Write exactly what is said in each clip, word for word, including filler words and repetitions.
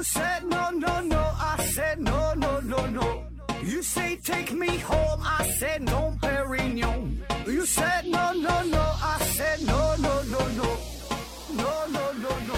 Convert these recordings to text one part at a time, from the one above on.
said no, no, no, I said no, no, no, no. You say take me home, I said no, Perignon. You said no, no, no, I said no, no, no, no. No, no, no, no.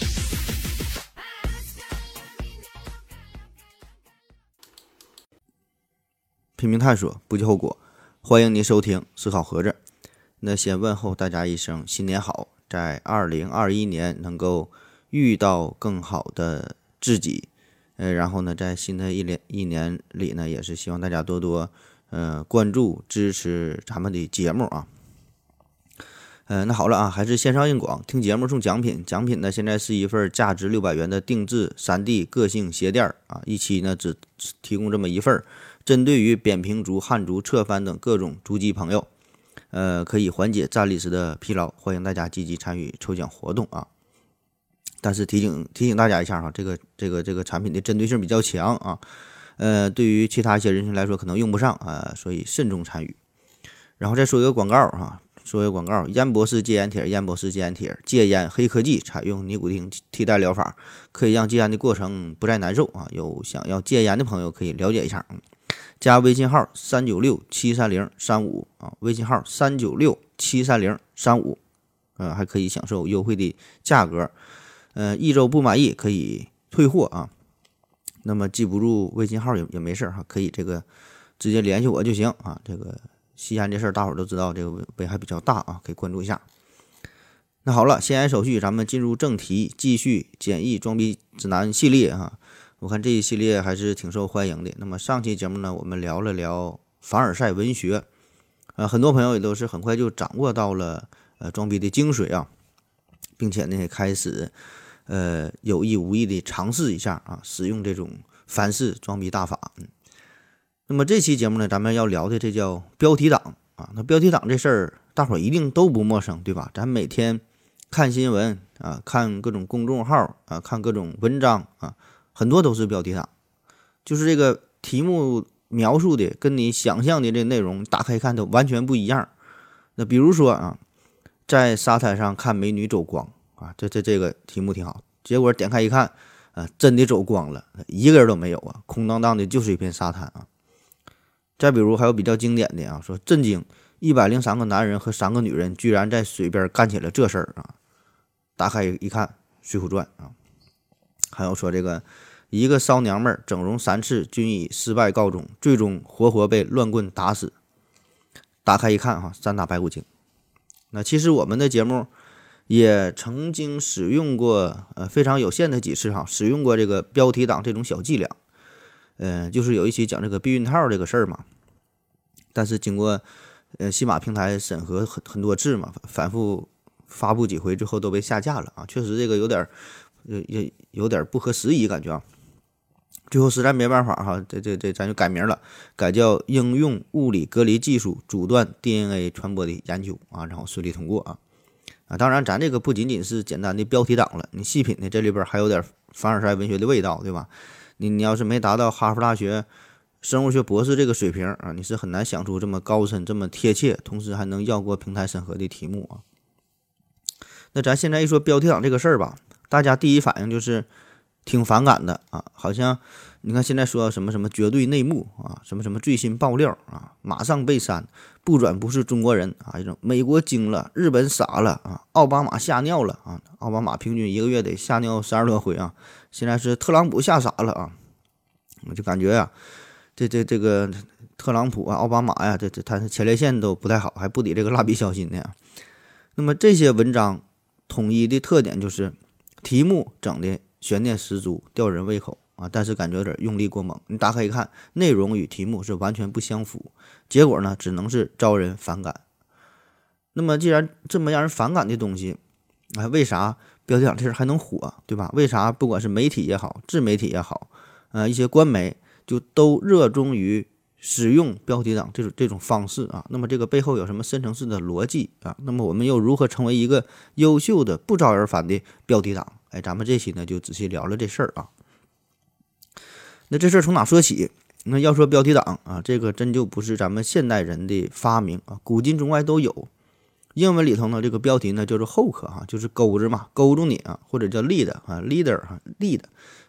拼命探索，不计后果。欢迎您收听思考盒子。那先问候大家一声新年好，在二零二一年能够遇到更好的自己。呃，然后呢，在新的一年一年里呢，也是希望大家多多呃关注支持咱们的节目啊。呃，那好了啊，还是线上硬广，听节目送奖品。奖品呢，现在是一份价值六百元的定制 三 D 个性鞋垫啊，一期呢只只提供这么一份。针对于扁平足、旱足、侧翻等各种足迹朋友，呃，可以缓解站立时的疲劳。欢迎大家积极参与抽奖活动啊！但是提醒提醒大家一下哈，这个这个这个产品的针对性比较强啊，呃，对于其他一些人群来说可能用不上啊，所以慎重参与。然后再说一个广告哈，说一个广告，燕博士戒烟铁，燕博士戒烟铁，戒烟黑科技，采用尼古丁替代疗法，可以让戒烟的过程不再难受啊。有想要戒烟的朋友可以了解一下。加微信号三九六七三零三五啊，微信号三九六七三零三五，呃，还可以享受优惠的价格，呃，一周不满意可以退货啊。那么记不住微信号也也没事哈，可以这个直接联系我就行啊。这个吸烟这事儿大伙儿都知道，这个危害比较大啊，可以关注一下。那好了，闲言少叙，咱们进入正题，继续简易装逼指南系列哈。我看这一系列还是挺受欢迎的。那么上期节目呢，我们聊了聊凡尔赛文学，呃，很多朋友也都是很快就掌握到了呃装逼的精髓啊，并且呢也开始呃有意无意的尝试一下啊，使用这种凡式装逼大法。嗯，那么这期节目呢，咱们要聊的这叫标题党啊。那标题党这事儿，大伙儿一定都不陌生，对吧？咱每天看新闻啊，看各种公众号啊，看各种文章啊。很多都是标题党，就是这个题目描述的跟你想象的这内容打开看都完全不一样。那比如说啊，在沙滩上看美女走光啊，这这这个题目挺好，结果点开一看啊，真的走光了，一个人都没有啊，空荡荡的就是一片沙滩啊。再比如还有比较经典的啊，说震惊一百零三个男人和三个女人居然在水边干起了这事儿啊，打开一看《水浒传》啊。还有说这个一个骚娘们儿整容三次均以失败告终，最终活活被乱棍打死。打开一看哈，三打白骨精。那其实我们的节目也曾经使用过呃非常有限的几次哈，使用过这个标题党这种小伎俩。呃，就是有一期讲这个避孕套这个事儿嘛，但是经过呃喜马平台审核很很多次嘛，反复发布几回之后都被下架了啊，确实这个有点。有有有点不合时宜感觉啊，最后实在没办法哈，这这这咱就改名了，改叫应用物理隔离技术阻断 D N A 传播的研究啊，然后顺利通过啊啊，当然咱这个不仅仅是简单的标题党了，你细品的这里边还有点凡尔赛文学的味道，对吧？你你要是没达到哈佛大学生物学博士这个水平啊，你是很难想出这么高深、这么贴切，同时还能绕过平台审核的题目啊。那咱现在一说标题党这个事儿吧。大家第一反应就是挺反感的啊，好像你看现在说什么什么绝对内幕啊，什么什么最新爆料啊，马上被删，不转不是中国人啊，这种美国惊了，日本傻了啊，奥巴马吓尿了啊，奥巴马平均一个月得吓尿十二多回啊，现在是特朗普吓傻了啊，我就感觉呀、啊，这这这个特朗普啊，奥巴马呀，这这他前列腺都不太好，还不抵这个蜡笔小新呢。那么这些文章统一的特点就是题目整的悬念十足，吊人胃口啊，但是感觉有点用力过猛。你打开一看，内容与题目是完全不相符，结果呢，只能是招人反感。那么既然这么让人反感的东西，哎，为啥标题党这事还能火，对吧？为啥不管是媒体也好，自媒体也好，呃，一些官媒就都热衷于使用标题党这种这种方式啊？那么这个背后有什么深层次的逻辑啊？那么我们又如何成为一个优秀的、不招人烦的标题党？哎，咱们这期呢就仔细聊聊这事儿啊。那这事儿从哪说起？那要说标题党啊，这个真就不是咱们现代人的发明啊，古今中外都有。英文里头呢，这个标题呢叫做 hook 哈、啊，就是钩子嘛，勾住你啊，或者叫 lead 啊 ，leader 哈、啊、，lead，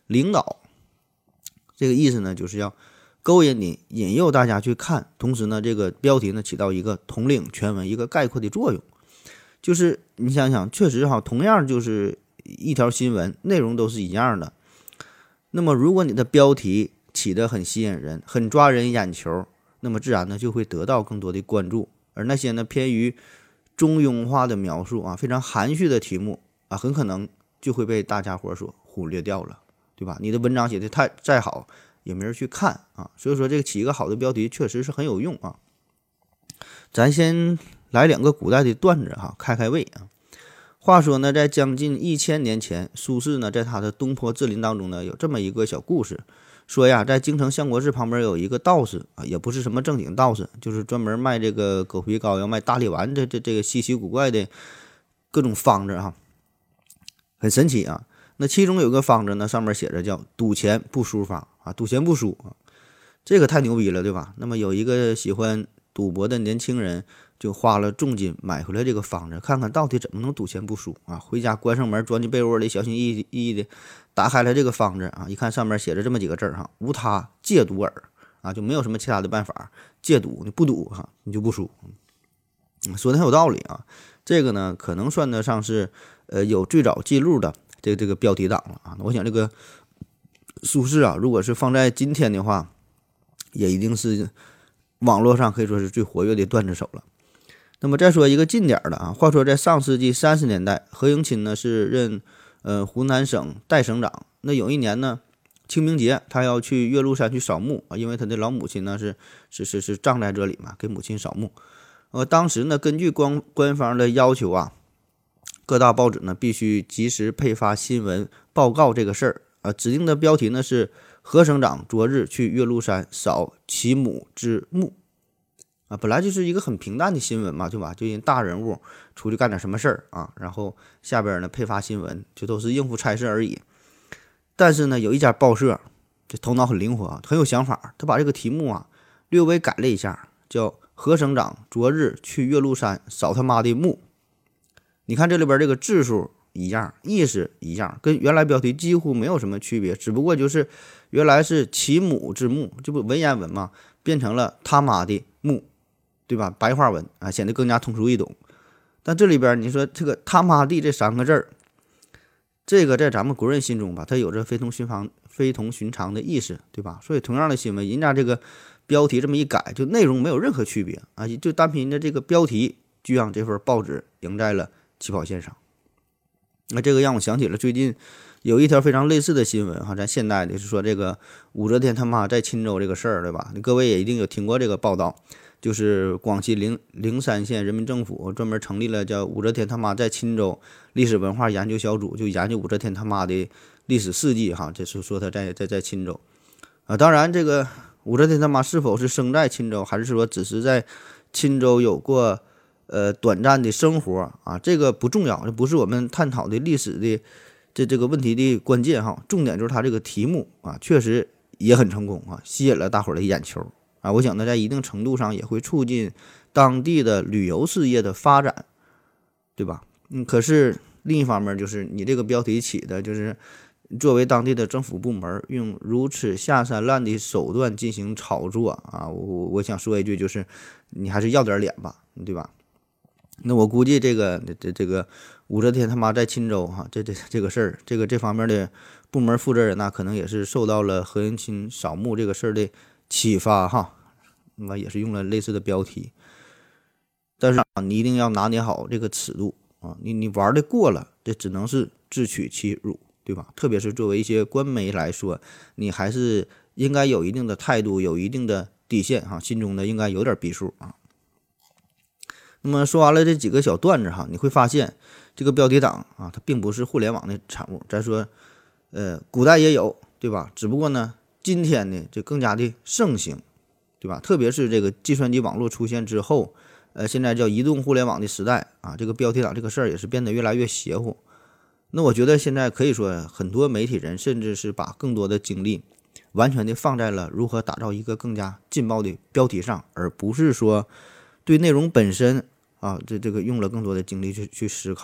领导。这个意思呢，就是要勾引你，引诱大家去看，同时呢，这个标题呢起到一个统领全文、一个概括的作用。就是你想想，确实哈，同样就是一条新闻，内容都是一样的。那么，如果你的标题起得很吸引人，很抓人眼球，那么自然呢就会得到更多的关注。而那些呢偏于中庸化的描述啊，非常含蓄的题目啊，很可能就会被大家伙所忽略掉了，对吧？你的文章写的太再好，也没人去看啊。所以说，这个起一个好的标题确实是很有用啊。咱先来两个古代的段子哈，开开胃啊。话说呢，在将近一千年前，苏轼呢在他的《东坡志林》当中呢有这么一个小故事，说呀，在京城相国寺旁边有一个道士啊，也不是什么正经道士，就是专门卖这个狗皮膏药、卖大力丸这这这个稀奇古怪的各种方子哈，很神奇啊。那其中有个方子呢，上面写着叫赌钱不输法啊，赌钱不输啊，这个太牛逼了，对吧？那么有一个喜欢赌博的年轻人，就花了重金买回来这个方子，看看到底怎么能赌钱不输啊！回家关上门，钻进被窝里，小心翼翼翼的打开了这个方子啊，一看上面写着这么几个字哈：无他，戒赌耳啊，就没有什么其他的办法，戒赌，你不赌哈，你就不输。嗯，说的很有道理啊。这个呢，可能算得上是呃有最早记录的这个这个标题党了啊。我想这个苏轼啊，如果是放在今天的话，也一定是网络上可以说是最活跃的段子手了。那么再说一个近点的啊，话说在上世纪三十年代，何应钦呢是任呃湖南省代省长。那有一年呢，清明节他要去岳麓山去扫墓啊，因为他的老母亲呢是是是是葬在这里嘛，给母亲扫墓。呃，当时呢，根据官官方的要求啊，各大报纸呢必须及时配发新闻报告这个事儿啊。指定的标题呢是何省长昨日去岳麓山扫其母之墓啊，本来就是一个很平淡的新闻嘛，对吧？就因大人物出去干点什么事儿啊，然后下边呢配发新闻，就都是应付差事而已。但是呢，有一家报社这头脑很灵活，很有想法，他把这个题目啊略微改了一下，叫何省长昨日去岳麓山扫他妈的墓。你看这里边这个字数一样，意思一样，跟原来标题几乎没有什么区别，只不过就是原来是其母之墓，这不文言文嘛，变成了他妈的墓，对吧？白话文啊，显得更加通俗易懂。但这里边你说这个他妈的这三个字儿，这个在咱们国人心中吧，它有着非同寻常、非同寻常的意思，对吧？所以同样的新闻，人家这个标题这么一改，就内容没有任何区别啊，就单凭着这个标题，就让这份报纸赢在了起跑线上。那这个让我想起了最近有一条非常类似的新闻哈，咱现代的是说这个武则天他妈在钦州这个事儿，对吧？各位也一定有听过这个报道，就是广西灵灵山县人民政府专门成立了叫武则天他妈在钦州历史文化研究小组，就研究武则天他妈的历史事迹哈，这是说他在在在钦州啊。当然，这个武则天他妈是否是生在钦州，还是说只是在钦州有过呃短暂的生活啊，这个不重要，这不是我们探讨的历史的这这个问题的关键哈。重点就是他这个题目啊，确实也很成功啊，吸引了大伙儿的眼球啊。我想呢，在一定程度上也会促进当地的旅游事业的发展，对吧？嗯，可是另一方面就是你这个标题起的就是作为当地的政府部门用如此下三滥的手段进行炒作啊，我我想说一句，就是你还是要点脸吧，对吧？那我估计这个这这个武则天他妈在钦州哈，这这这个事儿，这个这方面的部门负责人呢，可能也是受到了何应钦扫墓这个事儿的启发哈，那么也是用了类似的标题。但是啊，你一定要拿捏好这个尺度啊，你你玩的过了，这只能是自取其辱，对吧？特别是作为一些官媒来说，你还是应该有一定的态度，有一定的底线哈，心中呢应该有点逼数啊。那么说完了这几个小段子哈，你会发现这个标题党啊，它并不是互联网的产物。再说，呃，古代也有，对吧？只不过呢，今天呢就更加的盛行，对吧？特别是这个计算机网络出现之后，呃，现在叫移动互联网的时代啊，这个标题党这个事儿也是变得越来越邪乎。那我觉得现在可以说，很多媒体人甚至是把更多的精力完全的放在了如何打造一个更加劲爆的标题上，而不是说对内容本身啊，这这个用了更多的精力去去思考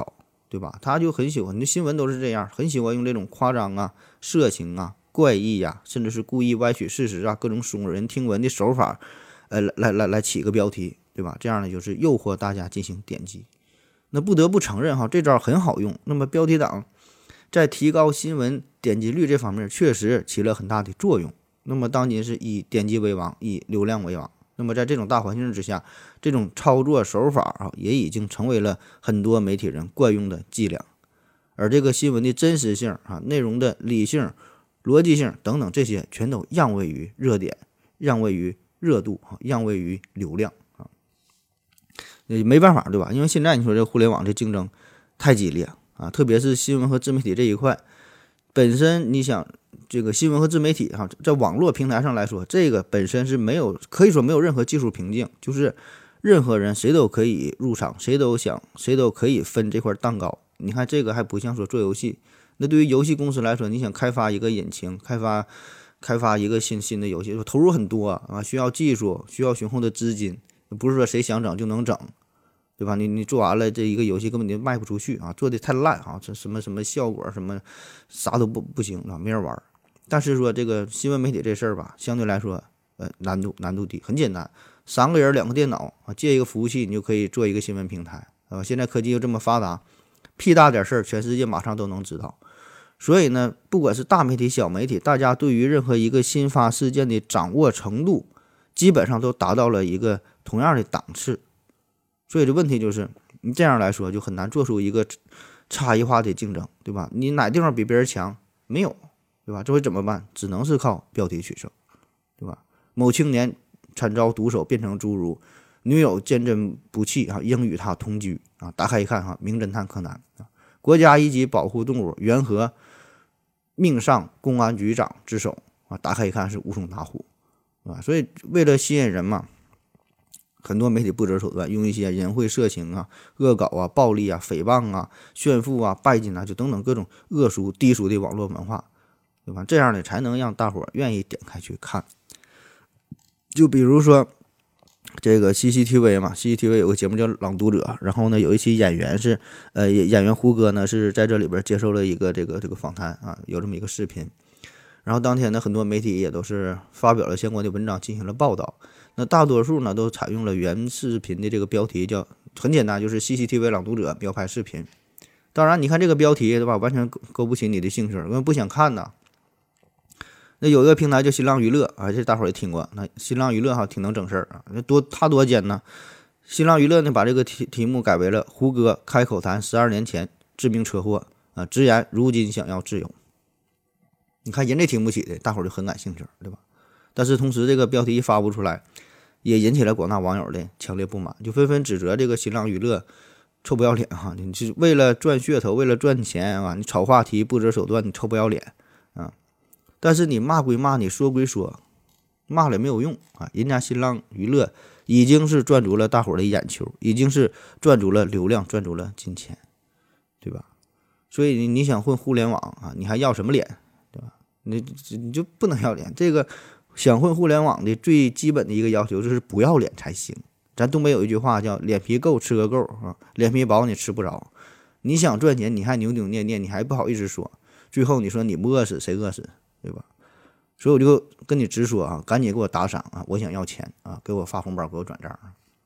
对吧？他就很喜欢，那新闻都是这样，很喜欢用这种夸张啊、色情啊、怪异呀、啊，甚至是故意歪曲事实啊，各种耸人听闻的手法，呃，来来来起个标题，对吧？这样呢，就是诱惑大家进行点击。那不得不承认哈，这招很好用。那么标题党在提高新闻点击率这方面确实起了很大的作用。那么当今是以点击为王，以流量为王。那么在这种大环境之下，这种操作手法啊，也已经成为了很多媒体人惯用的伎俩。而这个新闻的真实性啊、内容的理性、逻辑性等等，这些全都让位于热点，让位于热度啊，让位于流量啊。没办法，对吧？因为现在你说这互联网这竞争太激烈啊，特别是新闻和自媒体这一块，本身你想这个新闻和自媒体哈、啊，在网络平台上来说，这个本身是没有，可以说没有任何技术瓶颈，就是任何人谁都可以入场，谁都想，谁都可以分这块蛋糕。你看这个还不像说做游戏，那对于游戏公司来说，你想开发一个引擎，开发开发一个新新的游戏，投入很多啊，需要技术，需要雄厚的资金，不是说谁想整就能整。对吧？你你做完了这一个游戏根本就卖不出去啊，做的太烂啊，这什么什么效果什么啥都不不行啊，没人玩。但是说这个新闻媒体这事儿吧，相对来说呃难度难度低，很简单，三个人两个电脑啊，借一个服务器你就可以做一个新闻平台啊。现在科技又这么发达，屁大点事儿全世界马上都能知道。所以呢，不管是大媒体小媒体，大家对于任何一个新发事件的掌握程度，基本上都达到了一个同样的档次。所以这问题就是，你这样来说就很难做出一个差异化的竞争，对吧？你哪地方比别人强？没有，对吧？这回怎么办？只能是靠标题取胜，对吧？某青年惨遭毒手变成侏儒，女友坚贞不弃啊，应与他同居啊。打开一看哈，名侦探柯南啊，国家一级保护动物缘何命丧公安局长之手啊？打开一看是武松打虎，啊，所以为了吸引人嘛。很多媒体不择手段，用一些淫秽、色情啊、恶搞啊、暴力啊、诽谤啊、炫富啊、拜金啊，就等等各种恶俗、低俗的网络文化，对吧？这样的才能让大伙愿意点开去看。就比如说这个 C C T V 嘛 ，C C T V 有个节目叫《朗读者》，然后呢，有一期演员是呃演员胡歌呢是在这里边接受了一个这个这个访谈啊，有这么一个视频。然后当天呢，很多媒体也都是发表了相关的文章进行了报道。那大多数呢都采用了原视频的这个标题，叫很简单，就是 C C T V 朗读者标拍视频。当然，你看这个标题对吧，完全勾不起你的兴趣，因为不想看呐。那有一个平台叫新浪娱乐啊，这大伙儿也听过。那新浪娱乐哈挺能整事儿啊，那多他多尖呢。新浪娱乐呢把这个题题目改为了胡歌开口谈十二年前致命车祸啊，直言如今想要自由。你看人这听不起的，大伙儿就很感兴趣，对吧？但是同时这个标题一发布出来，也引起了广大网友的强烈不满，就纷纷指责这个新浪娱乐臭不要脸哈！你是为了赚噱头，为了赚钱啊！你炒话题不择手段，你臭不要脸啊！但是你骂归骂，你说归说，骂了也没有用啊！人家新浪娱乐已经是赚足了大伙的眼球，已经是赚足了流量，赚足了金钱，对吧？所以你想混互联网啊，你还要什么脸，对吧？你你就不能要脸，这个。想混互联网的最基本的一个要求就是不要脸才行。咱东北有一句话叫脸皮够吃个够啊，脸皮薄你吃不着。你想赚钱你还扭扭捏捏，你还不好意思说，最后你说你不饿死谁饿死，对吧？所以我就跟你直说啊，赶紧给我打赏啊，我想要钱啊，给我发红包，给我转账。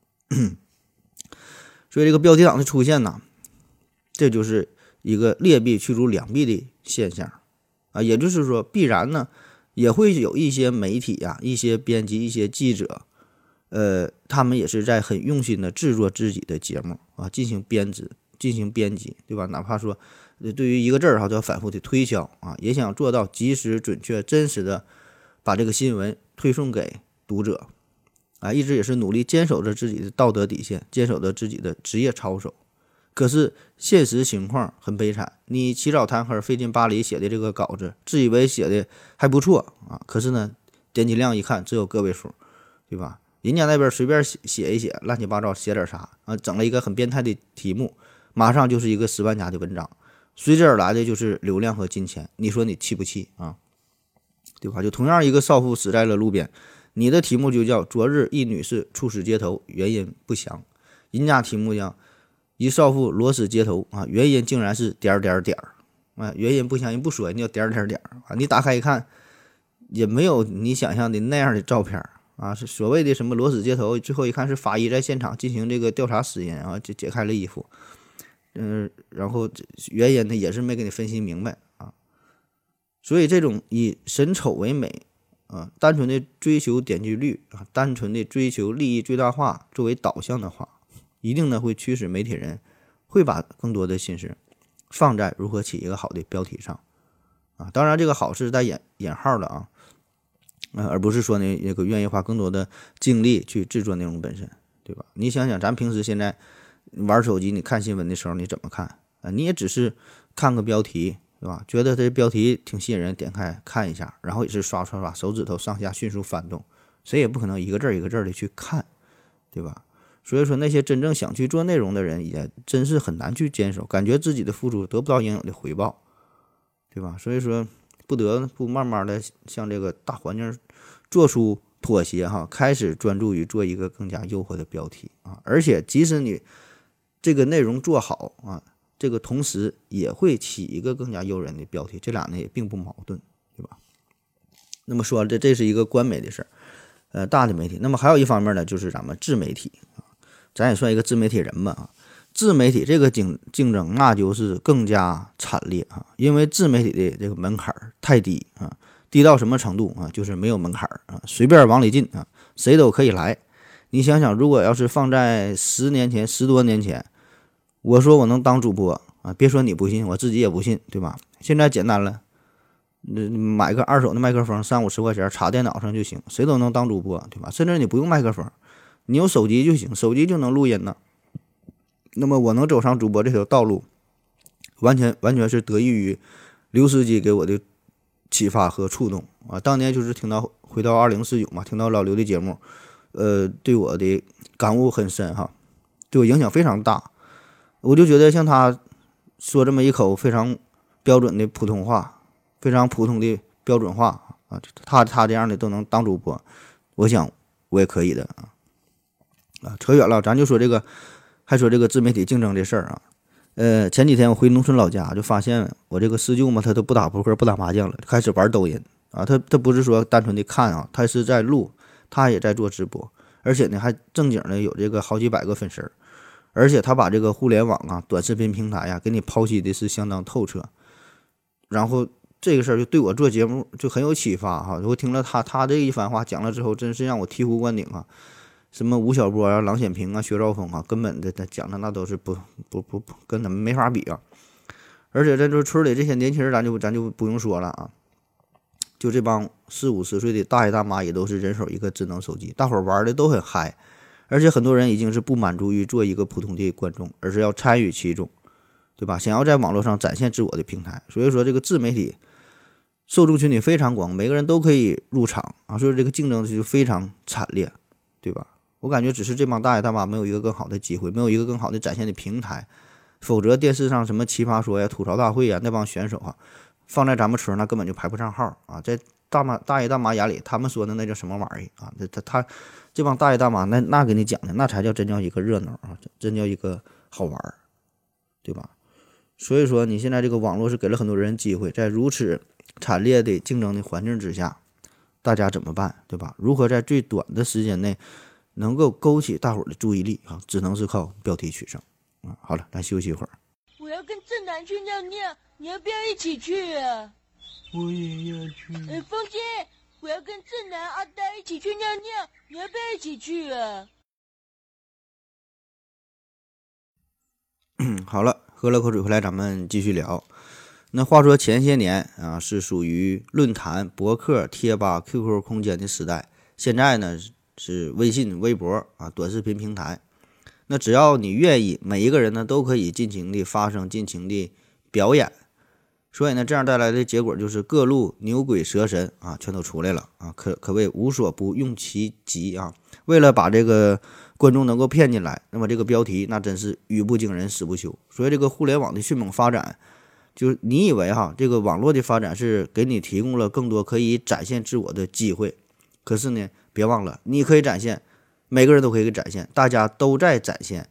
所以这个标题党的出现呢，这就是一个劣币驱逐良币的现象啊，也就是说必然呢也会有一些媒体呀、啊、一些编辑、一些记者，呃，他们也是在很用心的制作自己的节目啊，进行编织、进行编辑，对吧？哪怕说，呃，对于一个字儿哈，都要反复的推销啊，也想做到及时、准确、真实的把这个新闻推送给读者啊，一直也是努力坚守着自己的道德底线，坚守着自己的职业操守。可是现实情况很悲惨，你起早贪黑费劲巴力写的这个稿子，自以为写的还不错啊，可是呢点击量一看只有个位数，对吧？人家那边随便写写一写，乱七八糟写点啥啊，整了一个很变态的题目，马上就是一个十万加的文章，随之而来的就是流量和金钱，你说你气不气啊？对吧？就同样一个少妇死在了路边，你的题目就叫昨日一女士猝死街头，原因不详，人家题目叫一少妇裸死街头啊，原因竟然是点儿点儿点儿啊，原因不相信不说，你要点儿点儿点儿啊，你打开一看，也没有你想象的那样的照片啊，是所谓的什么裸死街头，最后一看是法医在现场进行这个调查死因啊，就解开了衣服，嗯、呃，然后原因呢也是没给你分析明白啊，所以这种以神丑为美啊，单纯的追求点击率啊，单纯的追求利益最大化作为导向的话，一定呢会驱使媒体人会把更多的心思放在如何起一个好的标题上啊，当然这个好是带引引号的啊，呃，而不是说呢那个愿意花更多的精力去制作内容本身，对吧？你想想，咱平时现在玩手机，你看新闻的时候你怎么看啊？你也只是看个标题。对吧？觉得这标题挺吸引人，点开看一下，然后也是刷刷刷，手指头上下迅速翻动，谁也不可能一个字一个字的去看，对吧？所以说那些真正想去做内容的人，也真是很难去坚守，感觉自己的付出得不到应有的回报，对吧？所以说不得不慢慢的向这个大环境做出妥协哈，开始专注于做一个更加诱惑的标题啊，而且即使你这个内容做好啊。这个同时也会起一个更加诱人的标题，这俩呢也并不矛盾，对吧？那么说这这是一个官媒的事儿，呃，大的媒体。那么还有一方面呢，就是咱们自媒体啊，咱也算一个自媒体人吧啊。自媒体这个竞竞争那就是更加惨烈啊，因为自媒体的这个门槛太低啊，低到什么程度啊？就是没有门槛啊，随便往里进啊，谁都可以来。你想想，如果要是放在十年前、十多年前。我说我能当主播啊，别说你不信，我自己也不信，对吧？现在简单了，买个二手的麦克风，三五十块钱插电脑上就行，谁都能当主播，对吧？甚至你不用麦克风，你有手机就行，手机就能录音呢。那么我能走上主播这条道路，完全完全是得益于刘司机给我的启发和触动啊！当年就是听到回到二零四九嘛，听到老刘的节目，呃，对我的感悟很深哈，对我影响非常大。我就觉得像他说这么一口非常标准的普通话，非常普通的标准话啊，他他这样的都能当主播，我想我也可以的啊。啊，扯远了，咱就说这个，还说这个自媒体竞争这事儿啊。呃，前几天我回农村老家，就发现我这个四舅嘛，他都不打扑克、不打麻将了，开始玩抖音啊。他他不是说单纯的看啊，他是在录，他也在做直播，而且呢还正经的有这个好几百个粉丝。而且他把这个互联网啊、短视频平台呀、啊，给你剖析的是相当透彻。然后这个事儿就对我做节目就很有启发哈。我听了他他这一番话讲了之后，真是让我醍醐灌顶啊！什么吴晓波啊、郎显平啊、薛兆丰啊，根本的他讲的那都是不不不不跟他们没法比啊。而且这就是村里这些年轻人，咱就咱就不用说了啊。就这帮四五十岁的大爷大妈，也都是人手一个智能手机，大伙儿玩的都很嗨。而且很多人已经是不满足于做一个普通的观众，而是要参与其中，对吧？想要在网络上展现自我的平台。所以说这个自媒体受众群体非常广，每个人都可以入场啊，所以这个竞争就非常惨烈，对吧？我感觉只是这帮大爷大妈没有一个更好的机会，没有一个更好的展现的平台，否则电视上什么奇葩说呀、吐槽大会呀，那帮选手啊，放在咱们村那根本就排不上号啊，在大妈大爷大妈眼里，他们说的那叫什么玩意儿啊？这他他这帮大爷大妈那那给你讲的那才叫真叫一个热闹啊，真叫一个好玩，对吧？所以说你现在这个网络是给了很多人机会，在如此惨烈的竞争的环境之下，大家怎么办，对吧？如何在最短的时间内能够勾起大伙儿的注意力啊？只能是靠标题取胜啊！好了，咱休息一会儿。 我要跟正南去尿尿，你要不要一起去啊？ 我也要去。 呃，风姐，我要跟正南、阿呆一起去尿尿，你要不要一起去啊？ 嗯，好了，喝了口水回来，咱们继续聊。那话说前些年啊，是属于论坛、博客、贴吧、Q Q 空间的时代，现在呢是微信、微博啊，短视频平台。那只要你愿意，每一个人呢都可以尽情的发声，尽情的表演。所以呢，这样带来的结果就是各路牛鬼蛇神啊，全都出来了啊，可可谓无所不用其极啊。为了把这个观众能够骗进来，那么这个标题那真是语不惊人死不休。所以这个互联网的迅猛发展，就是你以为哈，这个网络的发展是给你提供了更多可以展现自我的机会，可是呢，别忘了，你可以展现，每个人都可以展现，大家都在展现，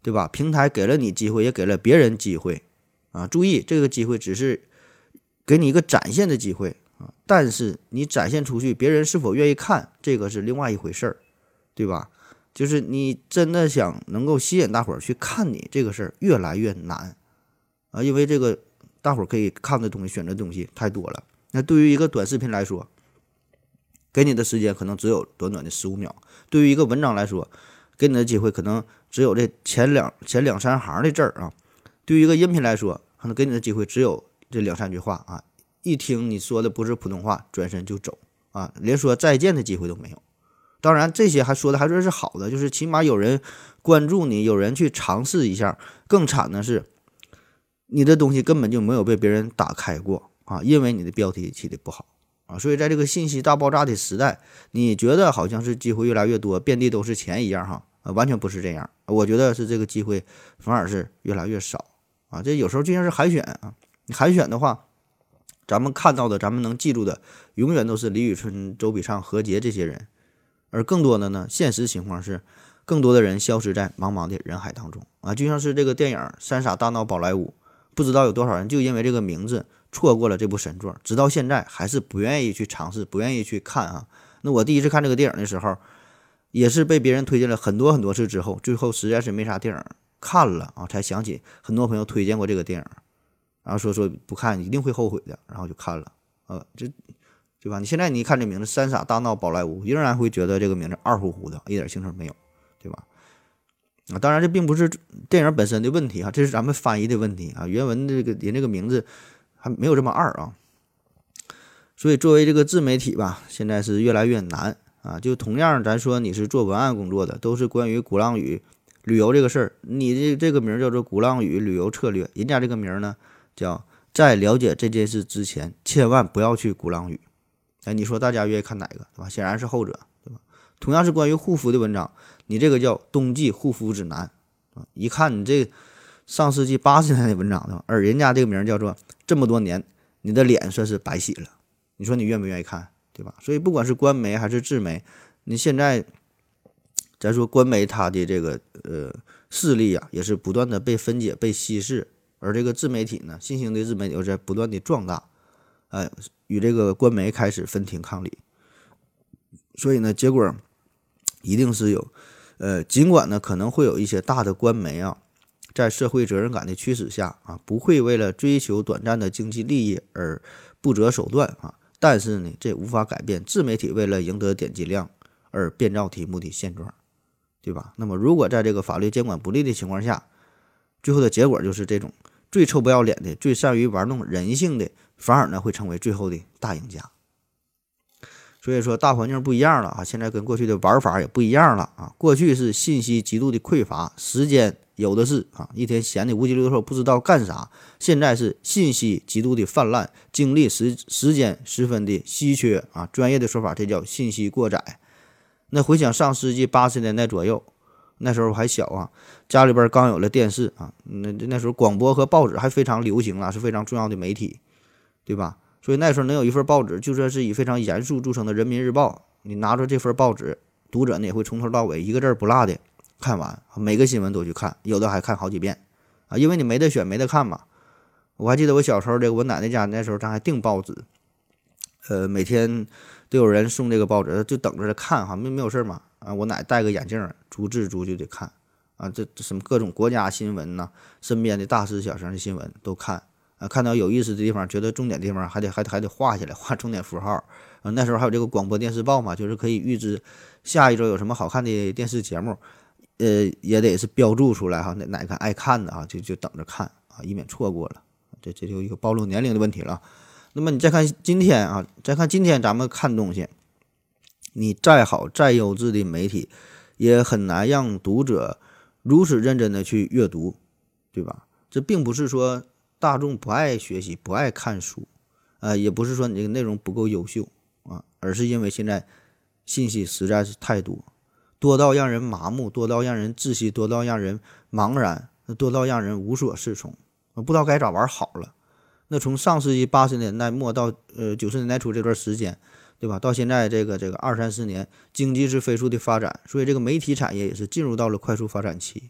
对吧？平台给了你机会，也给了别人机会啊。注意，这个机会只是给你一个展现的机会啊，但是你展现出去，别人是否愿意看，这个是另外一回事儿，对吧？就是你真的想能够吸引大伙儿去看你这个事儿，越来越难啊，因为这个大伙儿可以看的东西、选择的东西太多了。那对于一个短视频来说，给你的时间可能只有短短的十五秒；对于一个文章来说，给你的机会可能只有这前两前两三行的字儿啊；对于一个音频来说，可能给你的机会只有这两三句话啊，一听你说的不是普通话，转身就走啊，连说再见的机会都没有。当然，这些还说的还算是好的，就是起码有人关注你，有人去尝试一下。更惨的是，你的东西根本就没有被别人打开过啊，因为你的标题起的不好啊。所以在这个信息大爆炸的时代，你觉得好像是机会越来越多，遍地都是钱一样哈，啊，完全不是这样。我觉得是这个机会反而是越来越少啊。这有时候就像是海选啊，你海选的话，咱们看到的，咱们能记住的，永远都是李宇春、周笔畅、何洁这些人。而更多的呢，现实情况是，更多的人消失在茫茫的人海当中啊，就像是这个电影《三傻大闹宝莱坞》，不知道有多少人就因为这个名字错过了这部神作，直到现在还是不愿意去尝试，不愿意去看啊。那我第一次看这个电影的时候，也是被别人推荐了很多很多次之后，最后实在是没啥电影看了啊，才想起很多朋友推荐过这个电影，然后说说不看一定会后悔的，然后就看了，呃，这。对吧？你现在你一看这名字“三傻大闹宝莱坞”，仍然会觉得这个名字二乎乎的，一点兴趣没有，对吧？啊，当然这并不是电影本身的问题啊，这是咱们翻译的问题啊。原文这个人这个名字还没有这么二啊。所以作为这个自媒体吧，现在是越来越难啊。就同样，咱说你是做文案工作的，都是关于鼓浪屿旅游这个事儿，你这这个名叫做鼓浪屿旅游策略，人家这个名呢叫在了解这件事之前，千万不要去鼓浪屿。哎，你说大家愿意看哪个，对吧？显然是后者，对吧？同样是关于护肤的文章，你这个叫冬季护肤指南啊，一看你这上世纪八十年代的文章，对吧？而人家这个名叫做这么多年你的脸算是白洗了，你说你愿不愿意看，对吧？所以不管是官媒还是自媒，你现在咱说官媒它的这个呃势力啊，也是不断的被分解、被稀释，而这个自媒体呢，新兴的自媒体又在不断的壮大。呃，与这个官媒开始分庭抗礼，所以呢，结果一定是有，呃，尽管呢可能会有一些大的官媒啊，在社会责任感的驱使下啊，不会为了追求短暂的经济利益而不择手段啊，但是呢，这无法改变自媒体为了赢得点击量而变造题目的现状，对吧？那么，如果在这个法律监管不力的情况下，最后的结果就是这种最臭不要脸的、最善于玩弄人性的。反而呢会成为最后的大赢家。所以说大环境不一样了啊，现在跟过去的玩法也不一样了啊。过去是信息极度的匮乏，时间有的是啊，一天闲的无鸡六兽不知道干啥。现在是信息极度的泛滥，精力时时间十分的稀缺啊。专业的说法，这叫信息过载。那回想上世纪八十年代左右，那时候我还小啊，家里边刚有了电视啊，那那时候广播和报纸还非常流行啊，是非常重要的媒体。对吧？所以那时候能有一份报纸，就算是以非常严肃著称的《人民日报》，你拿着这份报纸，读者呢也会从头到尾一个字不落的看完，每个新闻都去看，有的还看好几遍啊，因为你没得选，没得看嘛。我还记得我小时候，这个我奶奶家那时候咱还订报纸，呃，每天都有人送这个报纸，就等着看哈，没没有事嘛啊。我奶戴个眼镜，逐字逐句的看啊，这这什么各种国家新闻呐、啊，身边的大事小情的新闻都看。啊，看到有意思的地方，觉得重点地方还得还得还得画下来，画重点符号。啊，那时候还有这个广播电视报嘛，就是可以预知下一周有什么好看的电视节目，呃，也得是标注出来哈，哪哪个爱看的啊，就就等着看啊，以免错过了。这这就一个暴露年龄的问题了。那么你再看今天啊，再看今天咱们看东西，你再好再优质的媒体，也很难让读者如此认真的去阅读，对吧？这并不是说大众不爱学习、不爱看书，呃，也不是说你这个内容不够优秀啊，而是因为现在信息实在是太多，多到让人麻木，多到让人窒息，多到让人茫然，多到让人无所适从，不知道该咋玩好了。那从上世纪八十年代末到呃九十年代初这段时间，对吧？到现在这个这个二三十年，经济是飞速的发展，所以这个媒体产业也是进入到了快速发展期。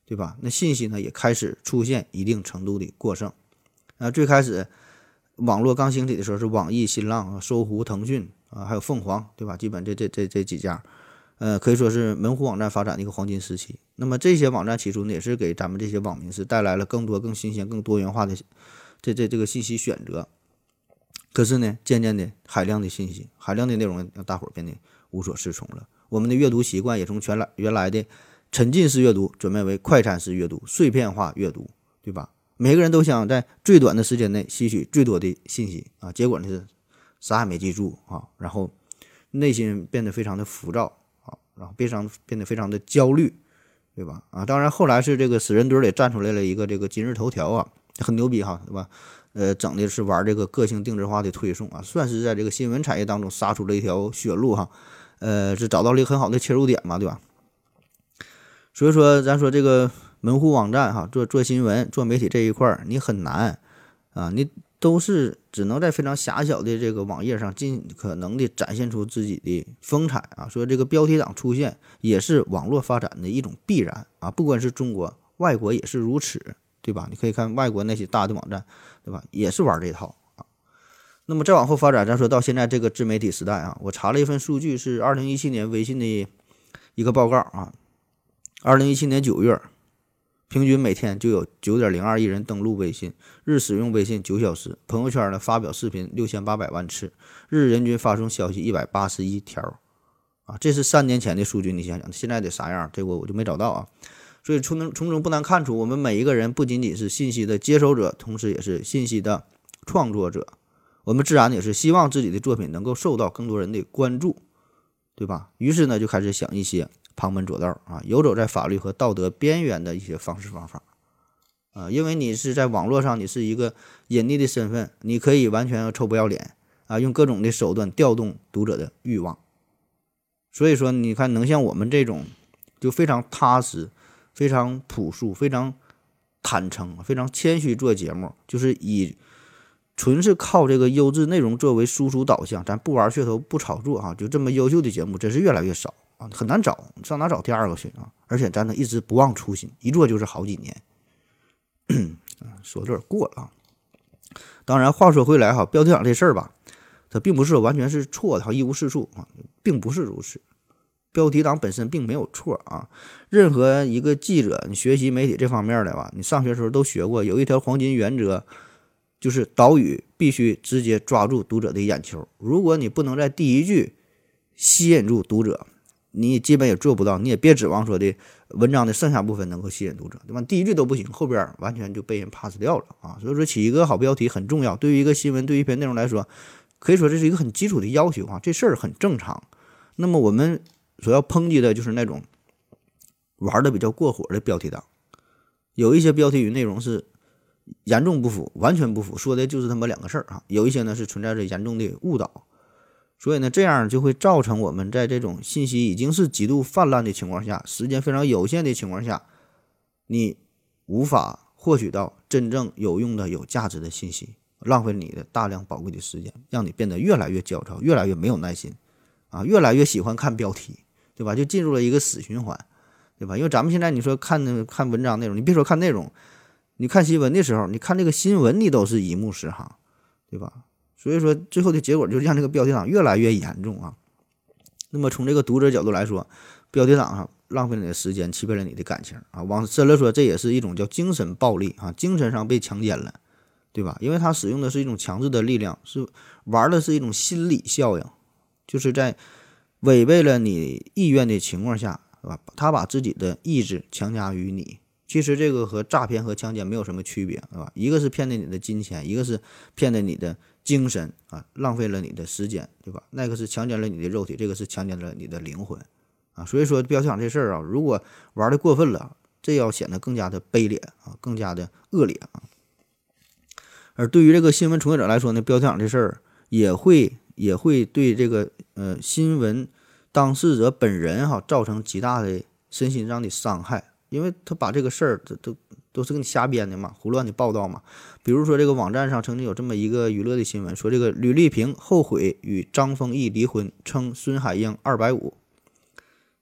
对吧？那信息呢也开始出现一定程度的过剩。啊，最开始网络刚兴起的时候是网易、新浪、搜狐、腾讯啊，还有凤凰，对吧？基本这这这这几家，呃，可以说是门户网站发展的一个黄金时期。那么这些网站起初呢，也是给咱们这些网民是带来了更多、更新鲜、更多元化的这这这个信息选择。可是呢，渐渐的海量的信息、海量的内容让大伙儿变得无所适从了。我们的阅读习惯也从全来原来的沉浸式阅读转变为快餐式阅读、碎片化阅读，对吧？每个人都想在最短的时间内吸取最多的信息啊，结果呢是啥也没记住啊，然后内心变得非常的浮躁啊，然后非常变得非常的焦虑，对吧？啊，当然后来是这个死人堆里站出来了一个这个今日头条啊，很牛逼哈，对吧？呃，整的是玩这个个性定制化的推送啊，算是在这个新闻产业当中杀出了一条血路哈，呃，是找到了一个很好的切入点嘛，对吧？所以说，咱说这个门户网站哈，做做新闻、做媒体这一块儿，你很难啊，你都是只能在非常狭小的这个网页上尽可能的展现出自己的风采啊。说这个标题党出现也是网络发展的一种必然啊，不管是中国，外国也是如此，对吧？你可以看外国那些大的网站，对吧？也是玩这套啊。那么再往后发展，咱说到现在这个自媒体时代啊，我查了一份数据，是二零一七年微信的一个报告啊。二零一七年九月，平均每天就有九点零二亿人登录微信，日使用微信九小时，朋友圈呢发表视频六千八百万次，日人均发送消息一百八十一条啊，这是三年前的数据，你想想现在得啥样？这个我就没找到啊。所以从从中不难看出，我们每一个人不仅仅是信息的接收者，同时也是信息的创作者。我们自然也是希望自己的作品能够受到更多人的关注，对吧？于是呢，就开始想一些旁门左道啊，游走在法律和道德边缘的一些方式方法啊，因为你是在网络上，你是一个隐匿的身份，你可以完全臭不要脸啊，用各种的手段调动读者的欲望。所以说，你看能像我们这种就非常踏实、非常朴素、非常坦诚、非常谦虚做节目，就是以纯是靠这个优质内容作为输出导向，咱不玩噱头、不炒作啊，就这么优秀的节目真是越来越少。啊，很难找，上哪找第二个去啊？而且咱能一直不忘初心，一做就是好几年。说有点过了啊。当然，话说回来哈，标题党这事儿吧，它并不是完全是错的，哈，一无是处啊，并不是如此。标题党本身并没有错啊。任何一个记者，你学习媒体这方面的吧，你上学时候都学过，有一条黄金原则，就是导语必须直接抓住读者的眼球。如果你不能在第一句吸引住读者，你基本也做不到，你也别指望说的文章的剩下部分能够吸引读者，对吧？第一句都不行，后边完全就被人 pass 掉了啊！所以说起一个好标题很重要，对于一个新闻，对于一篇内容来说，可以说这是一个很基础的要求啊，这事儿很正常。那么我们所要抨击的就是那种玩的比较过火的标题党，有一些标题与内容是严重不符，完全不符，说的就是他妈两个事儿啊。有一些呢是存在着严重的误导。所以呢，这样就会造成我们在这种信息已经是极度泛滥的情况下，时间非常有限的情况下，你无法获取到真正有用的、有价值的信息，浪费你的大量宝贵的时间，让你变得越来越焦躁，越来越没有耐心，啊，越来越喜欢看标题，对吧？就进入了一个死循环，对吧？因为咱们现在你说看看文章内容，你别说看内容，你看新闻的时候，你看这个新闻，你都是一目十行，对吧？所以说，最后的结果就是让这个标题党越来越严重啊。那么从这个读者角度来说，标题党啊浪费了你的时间，欺骗了你的感情啊。往深了说，这也是一种叫精神暴力啊，精神上被强奸了，对吧？因为他使用的是一种强制的力量，是玩的是一种心理效应，就是在违背了你意愿的情况下，对吧？他把自己的意志强加于你。其实这个和诈骗和强奸没有什么区别，对吧？一个是骗的你的金钱，一个是骗的你的精神啊，浪费了你的时间，对吧？那个是强奸了你的肉体，这个是强奸了你的灵魂啊。所以说标题党这事儿啊，如果玩的过分了，这要显得更加的卑劣啊，更加的恶劣啊。而对于这个新闻从业者来说呢，标题党这事儿也会也会对这个呃新闻当事者本人哈、啊、造成极大的身心上的伤害。因为他把这个事儿都都都是给你瞎编的嘛，胡乱的报道嘛。比如说这个网站上曾经有这么一个娱乐的新闻，说这个吕丽萍后悔与张丰毅离婚，称孙海英二百五。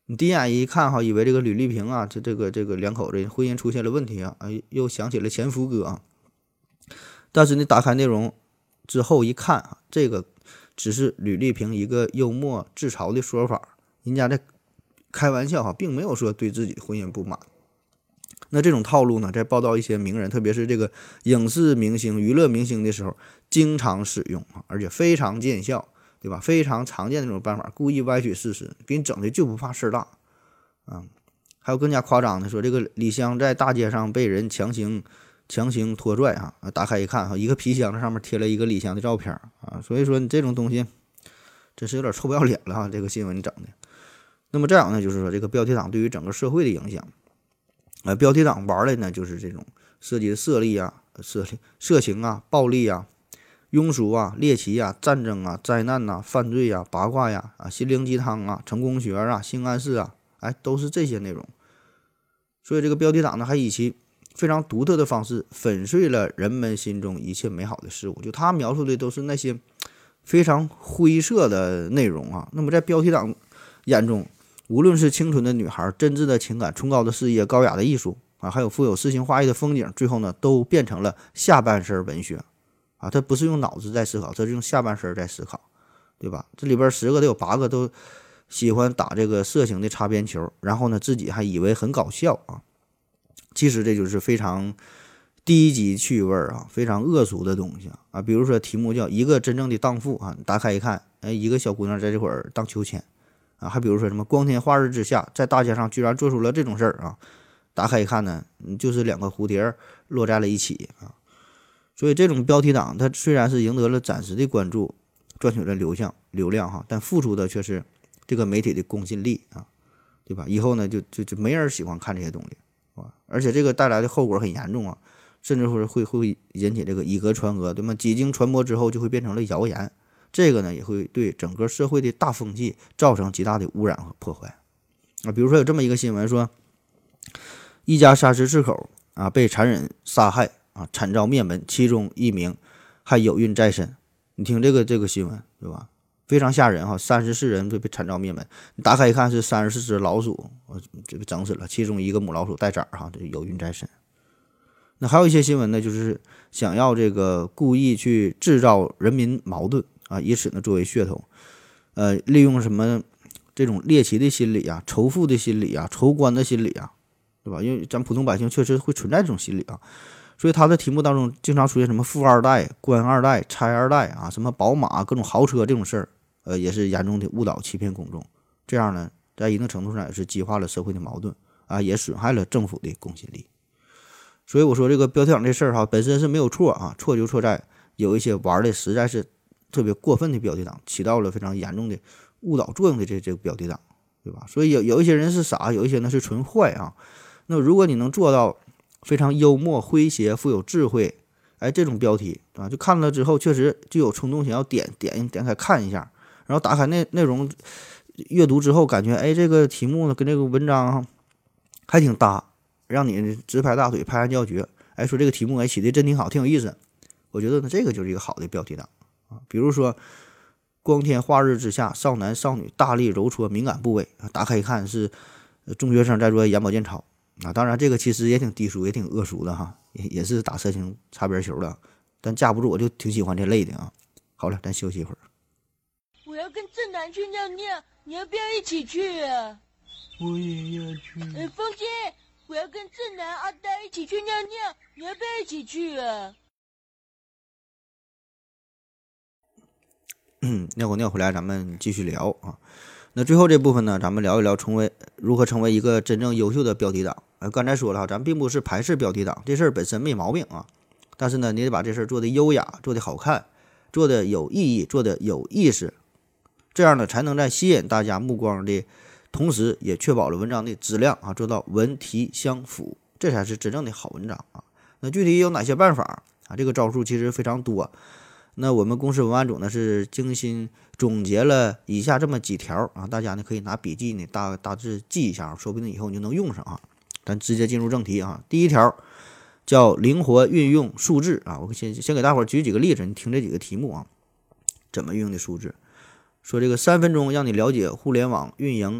你第一眼一看哈，以为这个吕丽萍啊，这这个这个两口子婚姻出现了问题啊，啊又想起了前夫哥啊。但是你打开内容之后一看啊，这个只是吕丽萍一个幽默自嘲的说法，人家在开玩笑哈，并没有说对自己婚姻不满。那这种套路呢，在报道一些名人，特别是这个影视明星、娱乐明星的时候，经常使用啊，而且非常见效，对吧？非常常见的这种办法，故意歪曲事实，给你整的就不怕事儿大啊。还有更加夸张的说，这个李湘在大街上被人强行强行拖拽啊，打开一看哈，一个皮箱子上面贴了一个李湘的照片啊，所以说你这种东西真是有点臭不要脸了哈，这个新闻整的。那么这样呢，就是说这个标题党对于整个社会的影响。呃，标题党玩的呢，就是这种涉及的色力啊、色色情啊、暴力啊、庸俗啊、猎奇啊、战争啊、灾难啊、犯罪啊、八卦呀、啊、心灵鸡汤啊、成功学啊、性暗示啊，哎，都是这些内容。所以这个标题党呢，还以其非常独特的方式粉碎了人们心中一切美好的事物。就他描述的都是那些非常灰色的内容啊。那么在标题党眼中，无论是清纯的女孩、真挚的情感、崇高的事业、高雅的艺术啊，还有富有诗情画意的风景，最后呢，都变成了下半身文学啊。他不是用脑子在思考，他是用下半身在思考，对吧？这里边十个得有八个都喜欢打这个色情的擦边球，然后呢，自己还以为很搞笑啊。其实这就是非常低级趣味啊，非常恶俗的东西啊。比如说题目叫一个真正的荡妇啊，打开一看，哎，一个小姑娘在这会儿荡秋千。啊，还比如说什么光天化日之下，在大街上居然做出了这种事儿啊！打开一看呢，就是两个蝴蝶落在了一起啊。所以这种标题党，它虽然是赢得了暂时的关注，赚取了流量流量哈，但付出的却是这个媒体的公信力啊，对吧？以后呢，就就就没人喜欢看这些东西啊，而且这个带来的后果很严重啊，甚至会会会引起这个以讹传讹，对吗？几经传播之后，就会变成了谣言。这个呢，也会对整个社会的大风气造成极大的污染和破坏啊。比如说有这么一个新闻说，一家砂石市口啊被残忍杀害啊，惨遭灭门，其中一名还有孕在身。你听这个这个新闻对吧？非常吓人哈，三十四人被被惨遭灭门。你打开一看是三十四只老鼠，我这被整死了，其中一个母老鼠带崽儿哈，这有孕在身。那还有一些新闻呢，就是想要这个故意去制造人民矛盾。啊，以此呢作为噱头，呃，利用什么这种猎奇的心理啊、仇富的心理啊、仇官的心理啊，对吧？因为咱普通百姓确实会存在这种心理啊，所以他的题目当中经常出现什么富二代、官二代、差二代啊，什么宝马、各种豪车这种事儿，呃，也是严重的误导、欺骗公众。这样呢，在一定程度上也是激化了社会的矛盾啊，也损害了政府的公信力。所以我说这个标题党这事儿哈，本身是没有错啊，错就错在有一些玩的实在是特别过分的标题党，起到了非常严重的误导作用的这这个标题党，对吧？所以有有一些人是傻，有一些呢是纯坏啊。那如果你能做到非常幽默、诙谐、富有智慧，哎，这种标题啊，就看了之后确实就有冲动想要点点点开看一下，然后打开内内容阅读之后，感觉哎这个题目呢跟这个文章还挺搭，让你直拍大腿、拍案叫绝。哎，说这个题目哎起的真挺好，挺有意思。我觉得呢，这个就是一个好的标题党。啊，比如说光天化日之下，少男少女大力揉搓敏感部位，打开一看是中学生在做眼保健操啊。当然这个其实也挺低俗，也挺恶俗的哈，也也是打色情擦边球的，但架不住我就挺喜欢这类的啊。好了，咱休息一会儿。 我要跟正南去尿尿，你要不要一起去啊？ 我也要去。 呃，风姐，我要跟正南、阿呆一起去尿尿，你要不要一起去啊？ 嗯，尿过尿回来，咱们继续聊啊。那最后这部分呢，咱们聊一聊成为如何成为一个真正优秀的标题党。呃，刚才说了哈，咱并不是排斥标题党，这事儿本身没毛病啊。但是呢，你得把这事儿做得优雅，做得好看，做得有意义，做得有意思，这样呢，才能在吸引大家目光的同时，也确保了文章的质量啊，做到文题相符，这才是真正的好文章啊。那具体有哪些办法啊？这个招数其实非常多。那我们公司文案组呢是精心总结了以下这么几条啊，大家呢可以拿笔记呢大大致记一下，说不定以后你就能用上啊。咱直接进入正题啊，第一条叫灵活运用数字啊，我先先给大伙儿举几个例子，你听这几个题目啊，怎么运用的数字？说这个三分钟让你了解互联网运营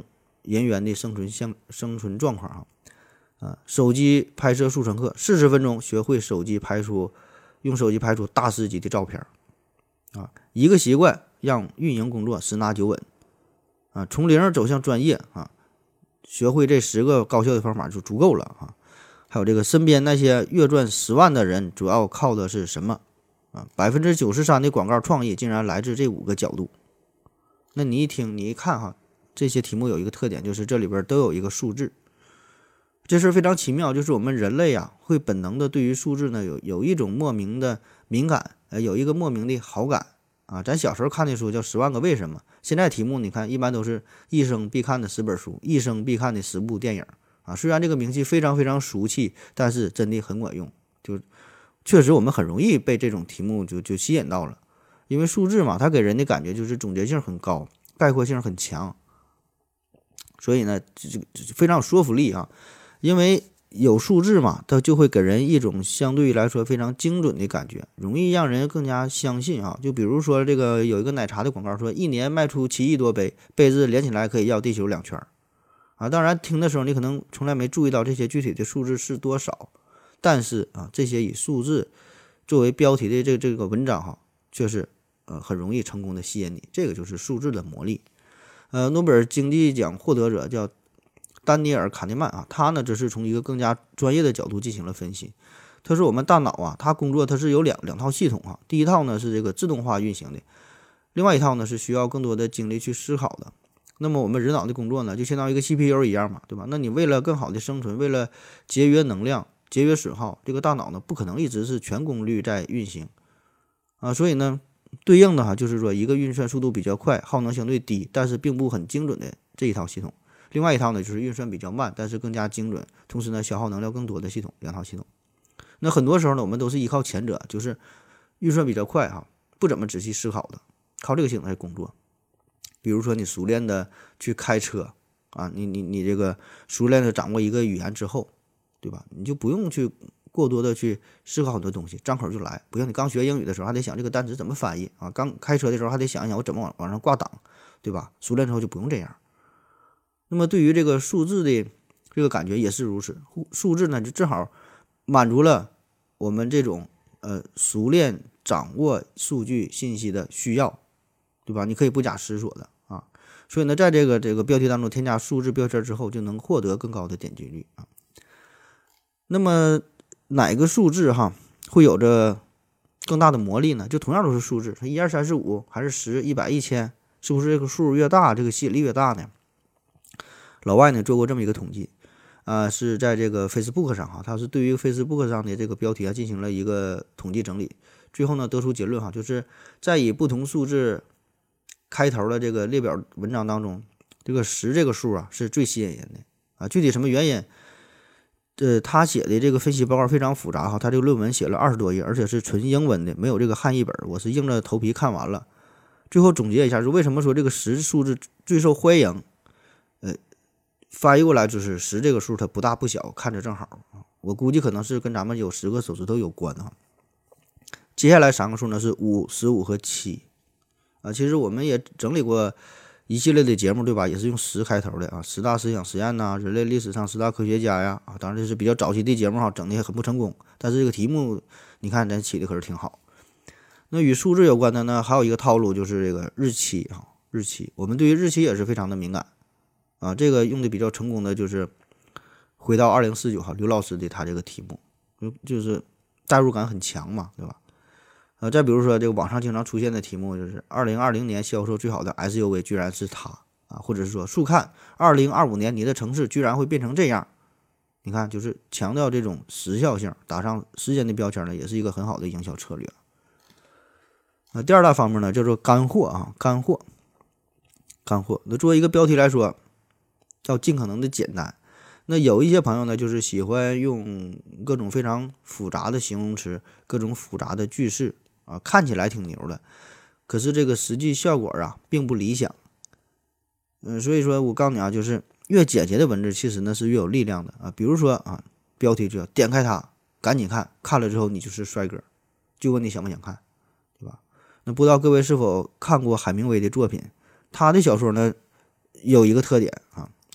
人员的生存相生存状况啊。啊，手机拍摄速成课，四十分钟学会手机拍出用手机拍出大师级的照片啊，一个习惯让运营工作十拿九稳啊，从零走向专业啊，学会这十个高效的方法就足够了啊。还有这个身边那些月赚十万的人，主要靠的是什么啊？百分之九十三的广告创意竟然来自这五个角度。那你一听，你一看哈，这些题目有一个特点，就是这里边都有一个数字。这事非常奇妙，就是我们人类啊，会本能的对于数字呢有有一种莫名的敏感，呃，有一个莫名的好感啊。咱小时候看的书叫《十万个为什么》，现在题目你看一般都是一生必看的十本书，一生必看的十部电影啊。虽然这个名气非常非常俗气，但是真的很管用，就确实我们很容易被这种题目就就吸引到了，因为数字嘛，它给人的感觉就是总结性很高，概括性很强，所以呢，这这非常有说服力啊。因为有数字嘛，它就会给人一种相对来说非常精准的感觉，容易让人更加相信啊。就比如说这个有一个奶茶的广告说，一年卖出七亿多杯，杯子连起来可以绕地球两圈啊。当然听的时候你可能从来没注意到这些具体的数字是多少，但是啊，这些以数字作为标题的这这个文章哈，却是呃很容易成功的吸引你。这个就是数字的魔力。呃，诺贝尔经济奖获得者叫丹尼尔·卡内曼啊，他呢这是从一个更加专业的角度进行了分析。他说我们大脑啊，它工作它是有两两套系统啊，第一套呢是这个自动化运行的，另外一套呢是需要更多的精力去思考的。那么我们人脑的工作呢，就相当于一个 C P U 一样嘛，对吧？那你为了更好的生存，为了节约能量、节约损耗，这个大脑呢不可能一直是全功率在运行啊，所以呢，对应的哈就是说一个运算速度比较快、耗能相对低，但是并不很精准的这一套系统。另外一套呢，就是运算比较慢，但是更加精准，同时呢，消耗能量更多的系统，两套系统。那很多时候呢，我们都是依靠前者，就是运算比较快哈，不怎么仔细思考的，靠这个系统来工作。比如说你熟练的去开车啊，你你你这个熟练的掌握一个语言之后，对吧？你就不用去过多的去思考很多东西，张口就来。不像你刚学英语的时候，还得想这个单词怎么翻译啊；刚开车的时候还得想一想我怎么往往上挂档，对吧？熟练之后就不用这样。那么对于这个数字的这个感觉也是如此，数字呢就正好满足了我们这种呃熟练掌握数据信息的需要，对吧？你可以不假思索的啊，所以呢，在这个这个标题当中添加数字标签之后，就能获得更高的点击率啊。那么哪个数字哈会有着更大的魔力呢？就同样都是数字，它一二三四五还是十、一百、一千，是不是这个数越大，这个吸引力越大呢？老外呢做过这么一个统计，啊、呃，是在这个 Facebook 上哈，他是对于 Facebook 上的这个标题啊进行了一个统计整理，最后呢得出结论哈，就是在以不同数字开头的这个列表文章当中，这个十这个数啊是最吸引人的啊。具体什么原因？呃，他写的这个分析报告非常复杂哈，他这个论文写了二十多页，而且是纯英文的，没有这个汉译本，我是硬着头皮看完了。最后总结一下，是为什么说这个十数字最受欢迎？呃。翻译过来就是十这个数，它不大不小，看着正好。我估计可能是跟咱们有十个手指头有关哈。接下来三个数呢是五、十五和七啊。其实我们也整理过一系列的节目，对吧？也是用十开头的啊，十大思想实验呐、啊，人类历史上十大科学家呀啊。当然这是比较早期的节目哈，整的也很不成功。但是这个题目你看咱起的可是挺好。那与数字有关的呢，还有一个套路就是这个日期哈，日期我们对于日期也是非常的敏感。啊，这个用的比较成功的就是回到二零四九哈，刘老师的他这个题目，就是代入感很强嘛，对吧？呃，再比如说这个网上经常出现的题目就是二零二零年销售最好的 S U V 居然是它啊，或者是说速看二零二五年你的城市居然会变成这样，你看就是强调这种时效性，打上时间的标签呢，也是一个很好的营销策略。那第二大方面呢，叫做干货啊，干货，干货。那作为一个标题来说，要尽可能的简单。那有一些朋友呢，就是喜欢用各种非常复杂的形容词，各种复杂的句式啊，看起来挺牛的，可是这个实际效果啊，并不理想。嗯，所以说我告诉你啊，就是越简洁的文字，其实呢是越有力量的啊。比如说啊，标题就要点开它，赶紧看，看了之后你就是帅哥，就问你想不想看，对吧？那不知道各位是否看过海明威的作品？他的小说呢有一个特点啊。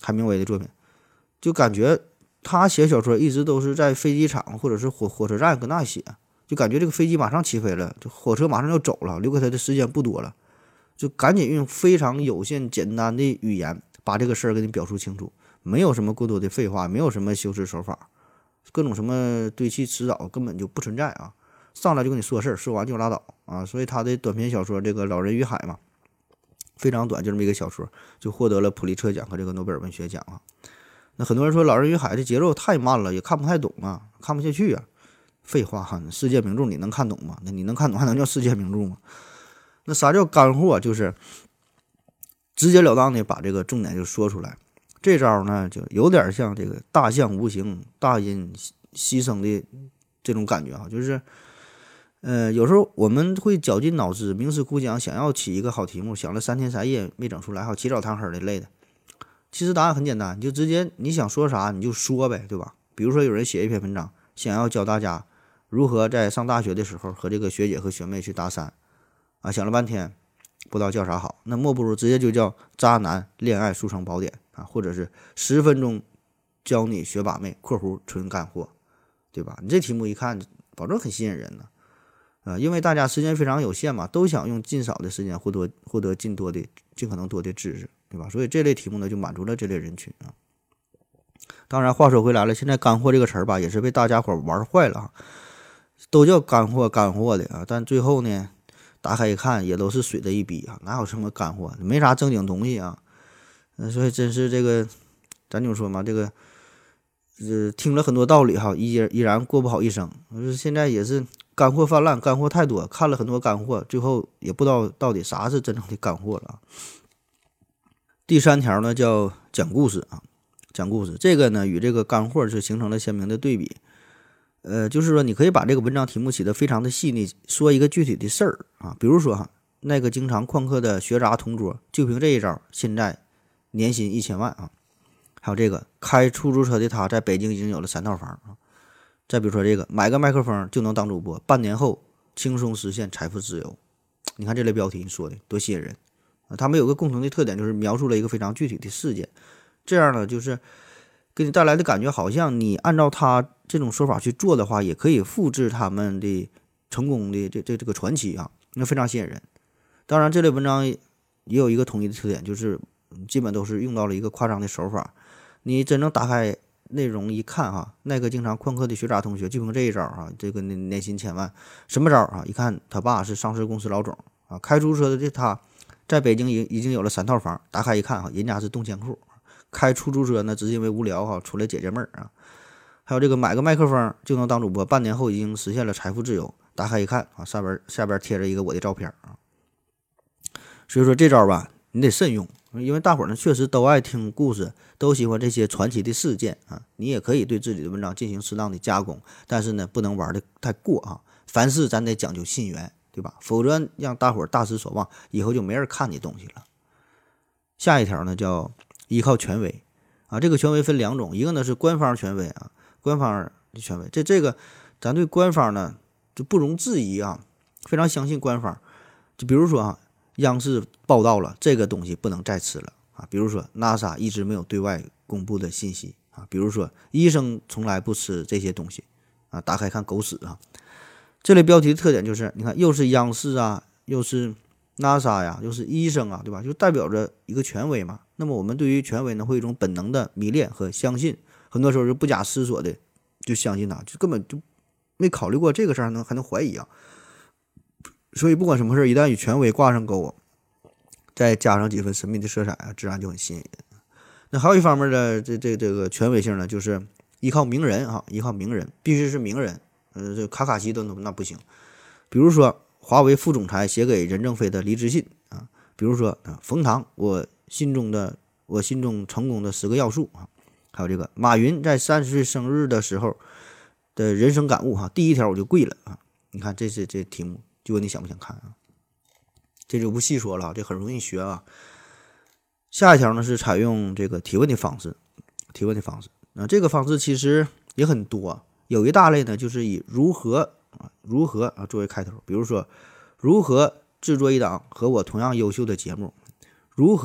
海明威的作品，就感觉他写小说一直都是在飞机场或者是火火车站搁那写，就感觉这个飞机马上起飞了，就火车马上要走了，留给他的时间不多了，就赶紧用非常有限简单的语言把这个事儿给你表述清楚，没有什么过多的废话，没有什么修辞手法，各种什么堆砌辞藻根本就不存在啊，上来就跟你说事儿，说完就拉倒啊。所以他的短篇小说这个《老人与海》嘛，非常短，就这么一个小说就获得了普利策奖和这个诺贝尔文学奖啊。那很多人说《老人与海》的节奏太慢了，也看不太懂啊，看不下去啊。废话哈，世界名著你能看懂吗？那你能看懂还能叫世界名著吗？那啥叫干货？就是直截了当的把这个重点就说出来。这招呢，就有点像这个大象无形，大音牺牲的这种感觉啊，就是，呃，有时候我们会绞尽脑汁，冥思苦想，想要起一个好题目，想了三天三夜没整出来，好起早贪黑的累的。其实答案很简单，你就直接你想说啥你就说呗，对吧？比如说有人写一篇文章，想要教大家如何在上大学的时候和这个学姐和学妹去搭讪啊，想了半天不知道叫啥好，那莫不如直接就叫渣男恋爱速成宝典啊，或者是十分钟教你学把妹（括弧纯干货），对吧？你这题目一看，保证很吸引人呢，啊、呃，因为大家时间非常有限嘛，都想用尽少的时间获得获得尽多的尽可能多的知识，对吧？所以这类题目呢，就满足了这类人群啊。当然，话说回来了，现在干货这个词儿吧，也是被大家伙玩坏了啊，都叫干货干货的啊，但最后呢，打开一看，也都是水的一逼啊，哪有什么干货，没啥正经东西啊。嗯、呃，所以真是这个，咱就说嘛，这个，呃，听了很多道理哈，依依然过不好一生。就是现在也是干货泛滥，干货太多，看了很多干货，最后也不知道到底啥是真正的干货了。第三条呢，叫讲故事啊。讲故事这个呢，与这个干货是形成了鲜明的对比。呃，就是说你可以把这个文章题目起得非常的细腻，说一个具体的事儿啊，比如说哈，那个经常旷课的学渣同桌，就凭这一招，现在年薪一千万啊。还有这个开出租车的他，在北京已经有了三套房啊。再比如说这个买个麦克风就能当主播，半年后轻松实现财富自由。你看这类标题说的多吸引人啊！他们有个共同的特点，就是描述了一个非常具体的事件。这样呢，就是给你带来的感觉，好像你按照他这种说法去做的话，也可以复制他们的成功的这这这个传奇啊，那非常吸引人。当然，这类文章也有一个统一的特点，就是基本都是用到了一个夸张的手法。你真正打开内容一看哈，那个经常旷课的学渣同学，就凭这一招哈，这个年年薪千万，什么招啊？一看他爸是上市公司老总啊，开出租车的他，在北京已已经有了三套房。打开一看哈，人家是动钱库。开出租车呢，只是因为无聊哈，出来解解闷儿啊。还有这个买个麦克风就能当主播，半年后已经实现了财富自由。打开一看啊，下边下边贴着一个我的照片啊。所以说这招吧，你得慎用，因为大伙儿呢确实都爱听故事，都喜欢这些传奇的事件啊。你也可以对自己的文章进行适当的加工，但是呢，不能玩的太过啊。凡事咱得讲究信源，对吧？否则让大伙儿大失所望，以后就没人看你东西了。下一条呢叫依靠权威啊，这个权威分两种，一个呢是官方权威啊，官方的权威，这这个咱对官方呢就不容置疑啊，非常相信官方。就比如说啊，央视报道了这个东西不能再吃了啊，比如说 NASA 一直没有对外公布的信息啊，比如说医生从来不吃这些东西啊，打开看狗屎啊。这类标题的特点就是，你看又是央视啊，又是 NASA 呀，又是医生啊，对吧？就代表着一个权威嘛。那么我们对于权威呢，会有一种本能的迷恋和相信，很多时候就不假思索的就相信他，就根本就没考虑过这个事儿，能还能怀疑啊。所以不管什么事儿，一旦与权威挂上钩，再加上几分神秘的色彩啊，自然就很吸引人。那还有一方面的这这这个权威性呢，就是依靠名人啊，依靠名人，必须是名人，呃，这卡卡西都那不行。比如说华为副总裁写给任正非的离职信啊，比如说啊，冯唐我心中的我心中成功的十个要素啊，还有这个马云在三十岁生日的时候的人生感悟哈，第一条我就跪了啊！你看这是这题目，就问你想不想看啊？这就不细说了，这很容易学啊。下一条呢是采用这个提问的方式，提问的方式，那这个方式其实也很多，有一大类呢就是以如何啊如何啊作为开头，比如说如何制作一档和我同样优秀的节目，如何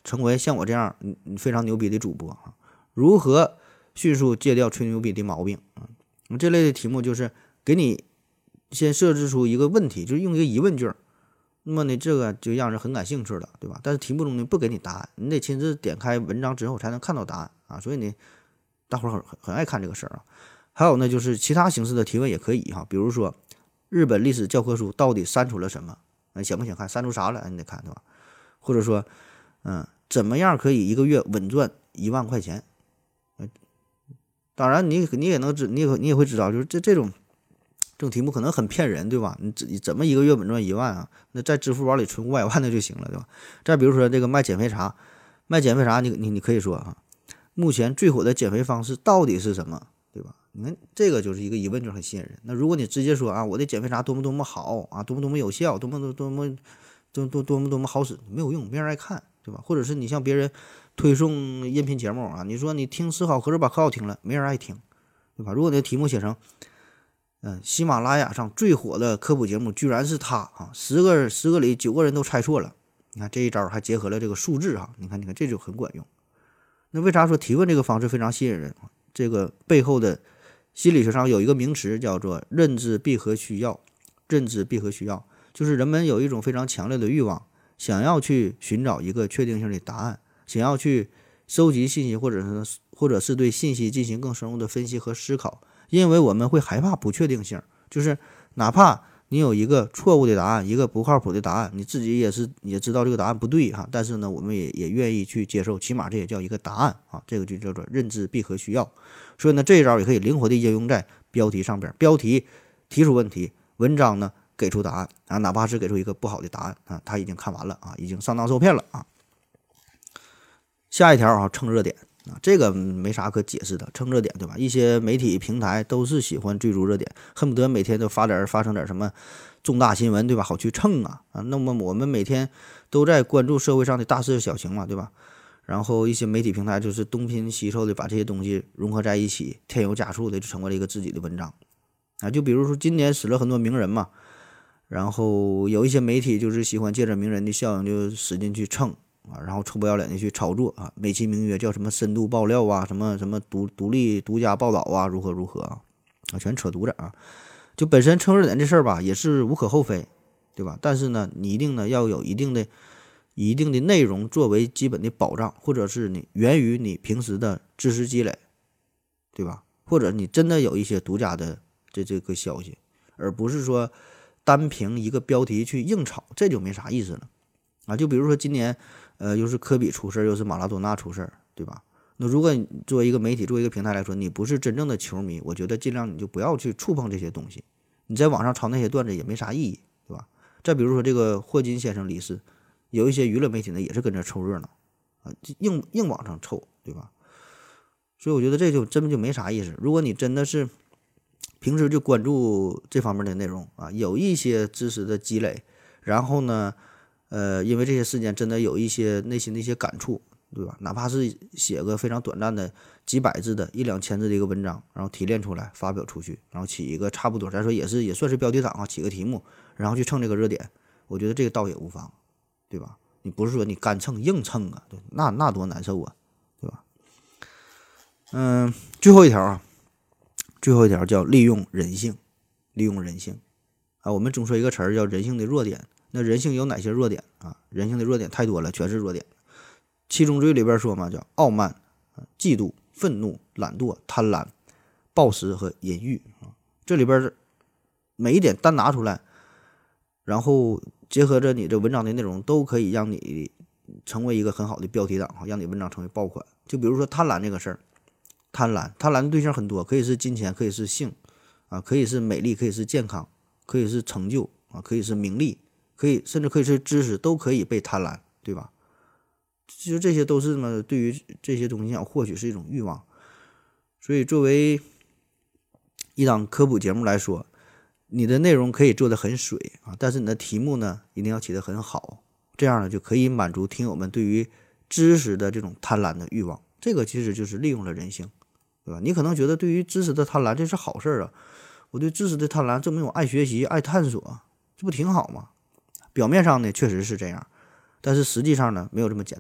成为像我这样嗯非常牛逼的主播啊？如何迅速戒掉吹牛逼的毛病啊？这类的题目就是给你先设置出一个问题，就是用一个疑问句，那么呢这个就让人很感兴趣了，对吧？但是题目中呢不给你答案，你得亲自点开文章之后才能看到答案啊，所以呢大伙儿很很爱看这个事儿啊。还有呢就是其他形式的提问也可以哈，比如说日本历史教科书到底删除了什么？你想不想看？删除啥了？你得看，对吧？或者说，嗯，怎么样可以一个月稳赚一万块钱？当然你，你你也能知，你也你也会知道，就是这这种这种题目可能很骗人，对吧？你怎怎么一个月稳赚一万啊？那在支付宝里存五百万的就行了，对吧？再比如说这个卖减肥茶，卖减肥茶你，你你你可以说啊，目前最火的减肥方式到底是什么？对吧？你看这个就是一个疑问句，很吸引人。那如果你直接说啊，我的减肥茶多么多么好啊，多么多么有效，多么多多么多多多么多么好使，没有用，没人爱看，对吧？或者是你向别人推送音频节目啊，你说你听思考盒子把可好听了，没人爱听，对吧？如果你的题目写成，嗯、呃，喜马拉雅上最火的科普节目居然是它啊，十个十个里九个人都猜错了，你看这一招还结合了这个数字哈，你看你看这就很管用。那为啥说提问这个方式非常吸引人？这个背后的心理学上有一个名词叫做认知闭合需要，认知闭合需要就是人们有一种非常强烈的欲望，想要去寻找一个确定性的答案，想要去收集信息，或者是或者是对信息进行更深入的分析和思考，因为我们会害怕不确定性，就是哪怕你有一个错误的答案，一个不靠谱的答案，你自己也是也知道这个答案不对哈，但是呢，我们也也愿意去接受，起码这也叫一个答案啊，这个就叫做认知闭合需要。所以呢，这一招也可以灵活的应用在标题上边，标题提出问题，文章呢给出答案啊，哪怕是给出一个不好的答案啊，他已经看完了啊，已经上当受骗了啊。下一条啊，蹭热点啊，这个没啥可解释的，蹭热点对吧？一些媒体平台都是喜欢追逐热点，恨不得每天都发点发生点什么重大新闻对吧？好去蹭啊啊！那么我们每天都在关注社会上的大事小情嘛，对吧？然后一些媒体平台就是东拼西凑的把这些东西融合在一起，添油加醋的就成为了一个自己的文章啊。就比如说今年死了很多名人嘛，然后有一些媒体就是喜欢借着名人的效应就使劲去蹭啊，然后臭不要脸的去炒作啊，美其名曰叫什么深度爆料啊，什么什么独独立独家报道啊，如何如何啊，啊全扯犊子啊。就本身蹭热点这事儿吧，也是无可厚非，对吧？但是呢，你一定呢要有一定的一定的内容作为基本的保障，或者是你源于你平时的知识积累，对吧？或者你真的有一些独家的这这个消息，而不是说单凭一个标题去硬炒，这就没啥意思了啊。就比如说今年，呃，又是科比出事儿，又是马拉多纳出事儿，对吧？那如果你作为一个媒体，作为一个平台来说，你不是真正的球迷，我觉得尽量你就不要去触碰这些东西。你在网上抄那些段子也没啥意义，对吧？再比如说这个霍金先生离世，有一些娱乐媒体呢也是跟着凑热闹啊，硬硬往上凑，对吧？所以我觉得这就真就没啥意思。如果你真的是平时就关注这方面的内容啊，有一些知识的积累，然后呢，呃，因为这些事件真的有一些内心的一些感触，对吧？哪怕是写个非常短暂的几百字的一两千字的一个文章，然后提炼出来发表出去，然后起一个差不多，咱说也是也算是标题党啊，起个题目，然后去蹭这个热点，我觉得这个倒也无妨，对吧？你不是说你干蹭硬蹭啊，对，那那多难受啊，对吧？嗯，最后一条啊，最后一条叫利用人性，利用人性啊，我们总说一个词儿叫人性的弱点，那人性有哪些弱点啊？人性的弱点太多了，全是弱点。七宗罪里边说嘛，叫傲慢、嫉妒、愤怒、懒惰、贪婪、暴食和淫欲啊。这里边每一点单拿出来，然后结合着你这文章的内容，都可以让你成为一个很好的标题党啊，让你文章成为爆款。就比如说贪婪这个事儿，贪婪，贪婪的对象很多，可以是金钱，可以是性啊，可以是美丽，可以是健康，可以是成就啊，可以是名利，可以甚至可以是知识，都可以被贪婪，对吧？其实这些都是什么？对于这些东西想获取是一种欲望，所以作为一档科普节目来说，你的内容可以做得很水啊，但是你的题目呢一定要起得很好，这样呢就可以满足听友们对于知识的这种贪婪的欲望。这个其实就是利用了人性，对吧？你可能觉得对于知识的贪婪这是好事啊，我对知识的贪婪证明我爱学习、爱探索，这不挺好吗？表面上呢确实是这样。但是实际上呢，没有这么简单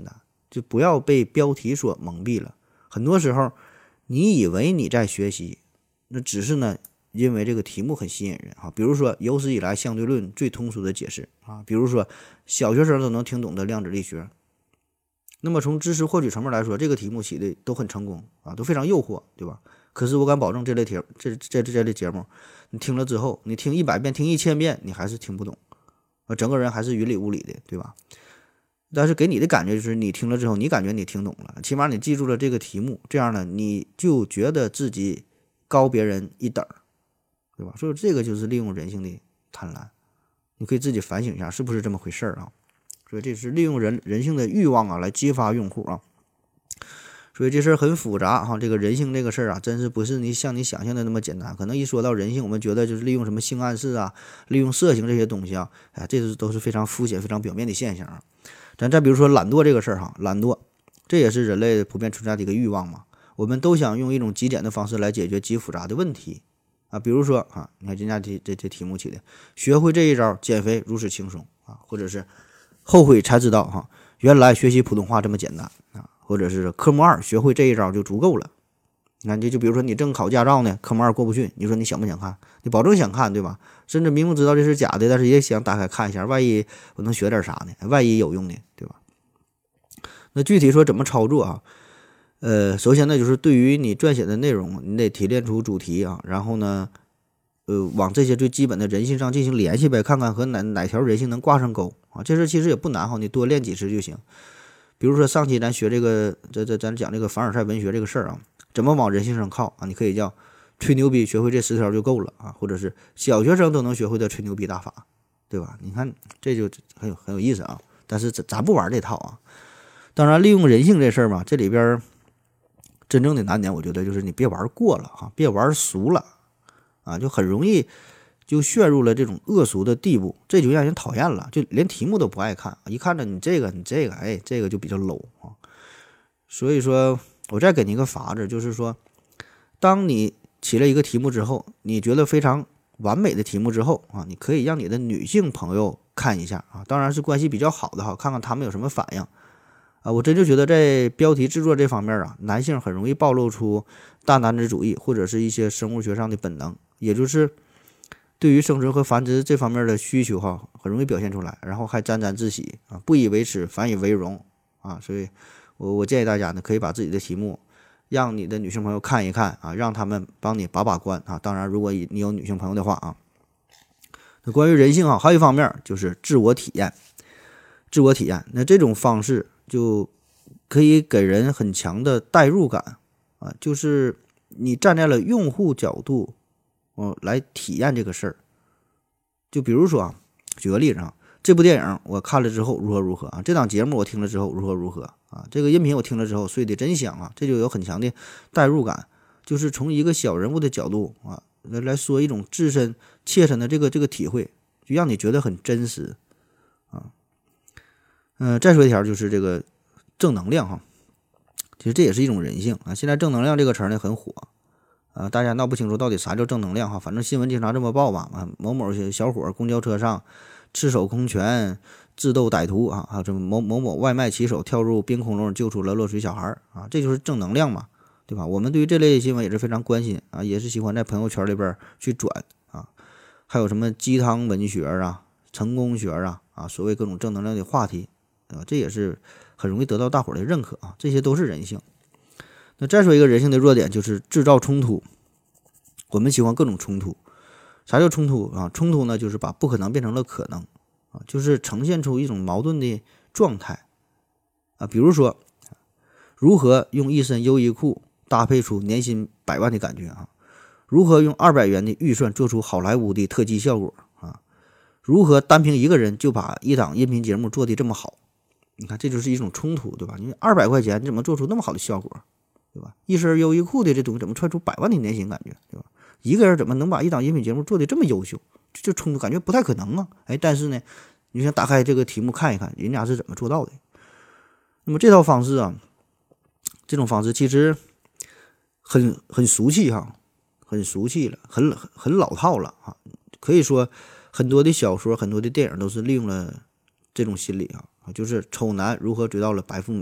就不要被标题所蒙蔽了。很多时候你以为你在学习，那只是呢因为这个题目很吸引人啊，比如说有史以来相对论最通俗的解释啊，比如说小学生都能听懂的量子力学。那么从知识获取层面来说，这个题目起的都很成功啊，都非常诱惑，对吧？可是我敢保证这类题这这这类节目你听了之后，你听一百遍听一千遍你还是听不懂啊，整个人还是云里雾里的，对吧？但是给你的感觉就是你听了之后你感觉你听懂了，起码你记住了这个题目，这样呢你就觉得自己高别人一等，对吧？所以这个就是利用人性的贪婪，你可以自己反省一下是不是这么回事啊？所以这是利用人人性的欲望啊来激发用户啊，所以这事儿很复杂哈。这个人性这个事儿啊，真是不是你像你想象的那么简单。可能一说到人性，我们觉得就是利用什么性暗示啊，利用色情这些东西啊，哎，这是都是非常肤浅、非常表面的现象啊。咱再比如说懒惰这个事儿哈，懒惰这也是人类普遍存在的一个欲望嘛。我们都想用一种极简的方式来解决极复杂的问题啊，比如说啊，你看人家这这这题目起的，学会这一招减肥如此轻松啊，或者是后悔才知道哈，原来学习普通话这么简单啊，或者是科目二学会这一招就足够了。你看，就就比如说你正考驾照呢，科目二过不去，你说你想不想看？你保证想看，对吧？甚至明明知道这是假的，但是也想打开看一下，万一我能学点啥呢？万一有用呢，对吧？那具体说怎么操作啊？呃，首先呢，就是对于你撰写的内容，你得提炼出主题啊，然后呢，呃，往这些最基本的人性上进行联系呗，看看和哪哪条人性能挂上钩啊。这事其实也不难哈，你多练几次就行。比如说上期咱学这个，这这咱讲这个凡尔赛文学这个事儿啊，怎么往人性上靠啊？你可以叫吹牛逼，学会这十条就够了啊，或者是小学生都能学会的吹牛逼大法，对吧？你看这就很有很有意思啊。但是咱咱不玩这套啊。当然，利用人性这事儿嘛，这里边真正的难点，我觉得就是你别玩过了哈，别玩俗了啊，就很容易就陷入了这种恶俗的地步，这就让人讨厌了，就连题目都不爱看，一看着你这个你这个，哎，这个就比较 low 啊。所以说，我再给你一个法子，就是说，当你起了一个题目之后，你觉得非常完美的题目之后啊，你可以让你的女性朋友看一下啊，当然是关系比较好的哈，看看他们有什么反应。啊，我真就觉得在标题制作这方面啊，男性很容易暴露出大男子主义或者是一些生物学上的本能，也就是对于生存和繁殖这方面的需求哈，很容易表现出来，然后还沾沾自喜啊，不以为耻，反以为荣啊。所以我我建议大家呢，可以把自己的题目让你的女性朋友看一看啊，让他们帮你把把关啊。当然，如果你有女性朋友的话啊，那关于人性啊，还有一方面就是自我体验，自我体验，那这种方式就可以给人很强的代入感啊，就是你站在了用户角度，哦，来体验这个事儿。就比如说啊，举个例子啊，这部电影我看了之后如何如何啊，这档节目我听了之后如何如何啊，这个音频我听了之后睡得真香啊，这就有很强的代入感，就是从一个小人物的角度啊来来说一种自身切身的这个这个体会，就让你觉得很真实啊。嗯、呃，再说一条就是这个正能量哈，其实这也是一种人性啊。现在正能量这个词儿呢很火啊，大家闹不清楚到底啥叫正能量哈。反正新闻经常这么报吧啊，某某小伙公交车上赤手空拳智斗歹徒啊，还有这某某某外卖骑手跳入冰窟窿救出了落水小孩啊，这就是正能量嘛，对吧？我们对于这类新闻也是非常关心啊，也是喜欢在朋友圈里边去转啊。还有什么鸡汤文学啊、成功学啊啊，所谓各种正能量的话题。啊，这也是很容易得到大伙儿的认可啊，这些都是人性。那再说一个人性的弱点，就是制造冲突。我们喜欢各种冲突。啥叫冲突啊？冲突呢，就是把不可能变成了可能啊，就是呈现出一种矛盾的状态啊。比如说，如何用一身优衣库搭配出年薪百万的感觉啊？如何用二百元的预算做出好莱坞的特技效果啊？如何单凭一个人就把一档音频节目做得这么好？你看，这就是一种冲突，对吧？因为二百块钱你怎么做出那么好的效果，对吧？一身优衣库的这东西怎么穿出百万的年薪感觉，对吧？一个人怎么能把一档音频节目做得这么优秀？这冲突感觉不太可能啊！哎，但是呢，你想打开这个题目看一看，人家是怎么做到的。那么这套方式啊，这种方式其实很很俗气哈，很俗气了，很很老套了啊。可以说，很多的小说、很多的电影都是利用了这种心理啊。就是丑男如何追到了白富美，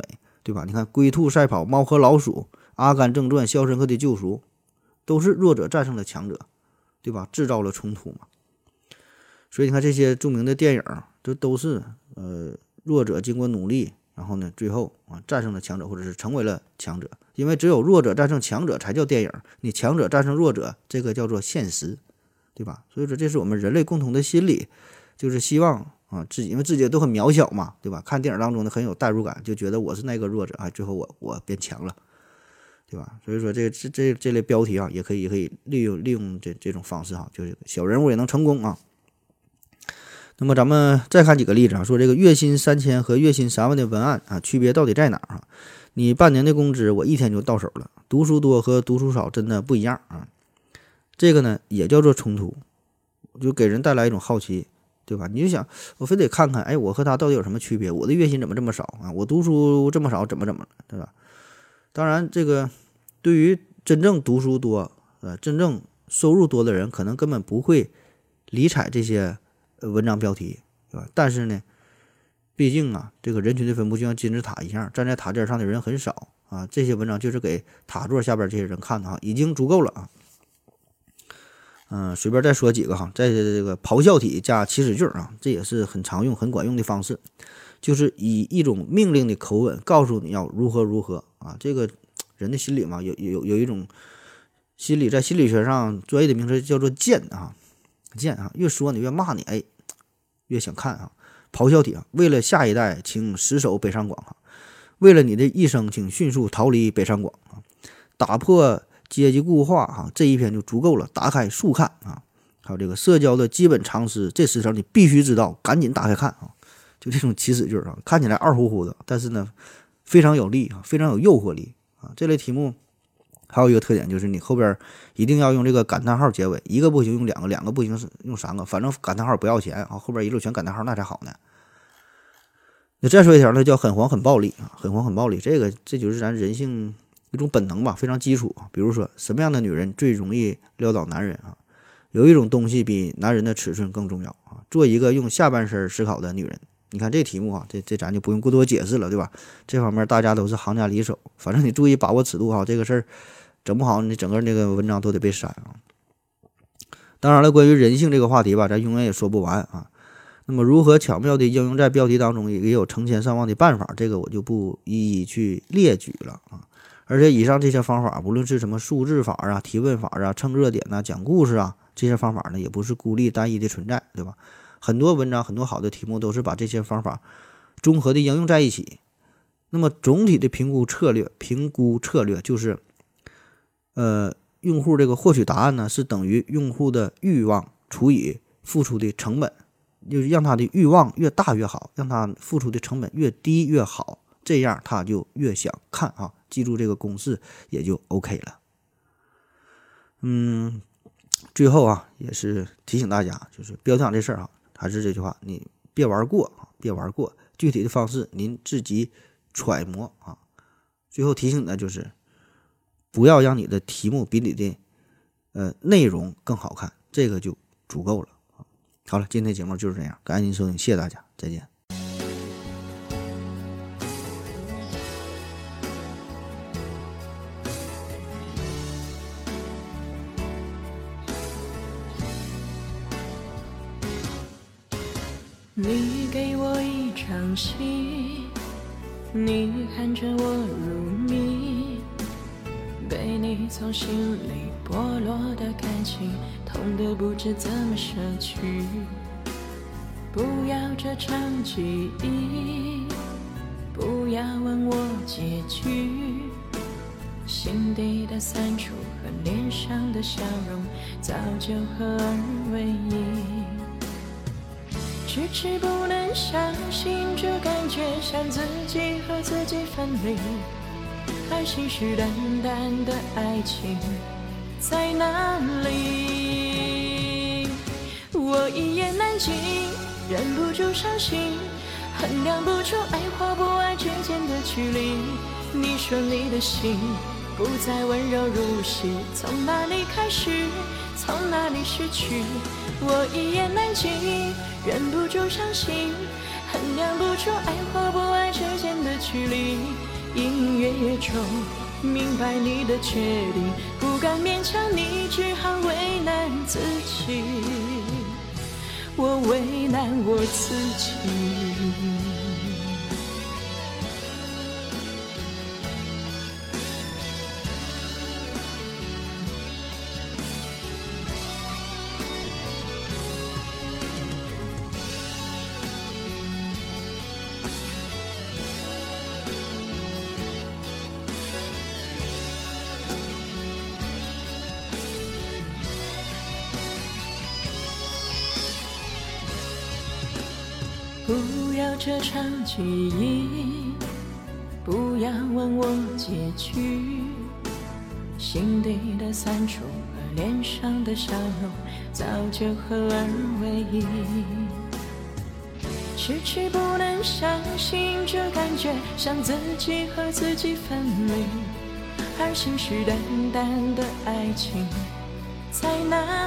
对吧？你看龟兔赛跑、猫和老鼠、阿甘正传、肖申克的救赎，都是弱者战胜了强者，对吧？制造了冲突嘛。所以你看这些著名的电影，这都是呃弱者经过努力，然后呢最后啊战胜了强者，或者是成为了强者。因为只有弱者战胜强者才叫电影，你强者战胜弱者，这个叫做现实，对吧？所以说这是我们人类共同的心理，就是希望啊自己，因为自己都很渺小嘛，对吧？看电影当中呢很有代入感，就觉得我是那个弱者啊，最后我我变强了，对吧？所以说这这这这类标题啊，也可以也可以利用利用这这种方式哈，就是小人物也能成功啊。那么咱们再看几个例子啊，说这个月薪三千和月薪三万的文案啊，区别到底在哪儿啊？你半年的工资我一天就到手了，读书多和读书少真的不一样啊。这个呢也叫做冲突，就给人带来一种好奇，对吧？你就想我非得看看，哎，我和他到底有什么区别？我的月薪怎么这么少啊？我读书这么少，怎么怎么了，对吧？当然，这个对于真正读书多、呃真正收入多的人，可能根本不会理睬这些文章标题，对吧？但是呢，毕竟啊，这个人群的分布就像金字塔一样，站在塔尖上的人很少啊。这些文章就是给塔座下边这些人看的哈，已经足够了啊。嗯、呃，随便再说几个哈，在这个咆哮体加祈使句啊，这也是很常用、很管用的方式，就是以一种命令的口吻告诉你要如何如何啊。这个人的心理嘛，有有有一种心理，在心理学上专业的名词叫做贱啊，贱啊，越说你越骂你，哎，越想看啊。咆哮体啊，为了下一代，请死守北上广啊！为了你的一生，请迅速逃离北上广啊！打破阶级固化啊，这一篇就足够了，打开速看啊！还有这个社交的基本常识，这十条你必须知道，赶紧打开看啊！就这种起始句啊，看起来二乎乎的，但是呢，非常有力啊，非常有诱惑力啊！这类题目还有一个特点就是你后边一定要用这个感叹号结尾，一个不行用两个，两个不行用三个，反正感叹号不要钱啊，后边一路全感叹号那才好呢。那再说一条呢，叫很黄很暴力啊，很黄很暴力，这个这就是咱人性一种本能吧，非常基础啊。比如说什么样的女人最容易撩倒男人啊？有一种东西比男人的尺寸更重要啊，做一个用下半身思考的女人。你看这题目啊，这这咱就不用过多解释了，对吧？这方面大家都是行家里手，反正你注意把握尺度哈，这个事儿整不好，你整个那个文章都得被删啊。当然了，关于人性这个话题吧，咱永远也说不完啊。那么如何巧妙地应用在标题当中，也有成千上万的办法，这个我就不一一去列举了啊。而且以上这些方法，无论是什么数字法啊、提问法啊、蹭热点啊、讲故事啊，这些方法呢，也不是孤立单一的存在，对吧？很多文章、很多好的题目都是把这些方法综合的应用在一起。那么总体的评估策略，评估策略就是，呃，用户这个获取答案呢，是等于用户的欲望除以付出的成本，就是让他的欲望越大越好，让他付出的成本越低越好，这样他就越想看啊。记住这个公式也就 OK 了。嗯，最后啊，也是提醒大家，就是标题党这事儿啊，还是这句话，你别玩过啊，别玩过，具体的方式您自己揣摩啊。最后提醒的就是，不要让你的题目比你的呃内容更好看，这个就足够了。好了，今天节目就是这样，感谢您收听，谢谢大家，再见。 你给我一场戏，你看着我入迷，被你从心里剥落的感情，痛得不知怎么舍去。不要这场记忆，不要问我结局，心底的酸楚和脸上的笑容早就合二为一。迟迟不能相信，就感觉像自己和自己分离，而信誓旦旦的爱情在哪里？我一言难尽，忍不住伤心，衡量不出爱或不爱之间的距离。你说你的心不再温柔如昔，从哪里开始，从哪里失去？我一言难尽，忍不住伤心，衡量不出爱或不爱之间的距离。 隐约中明白你的决定，不敢勉强你，只好为难自己，我为难我自己。不要这场记忆，不要问我结局，心底的酸楚和脸上的笑容早就合二为一。失去不能相信，这感觉像自己和自己分离，而信誓旦旦的爱情在哪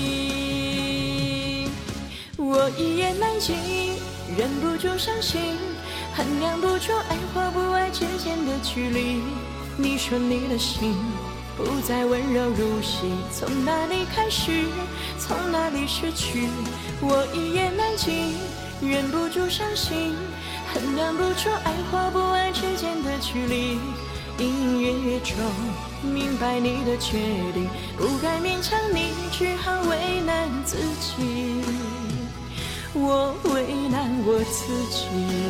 里？我一言难尽，忍不住伤心，衡量不出爱或不爱之间的距离。你说你的心不再温柔如昔，从哪里开始，从哪里失去？我一言难尽，忍不住伤心，衡量不出爱或不爱之间的距离。隐约中明白你的决定，不该勉强你，只好为难自己，我为难我自己。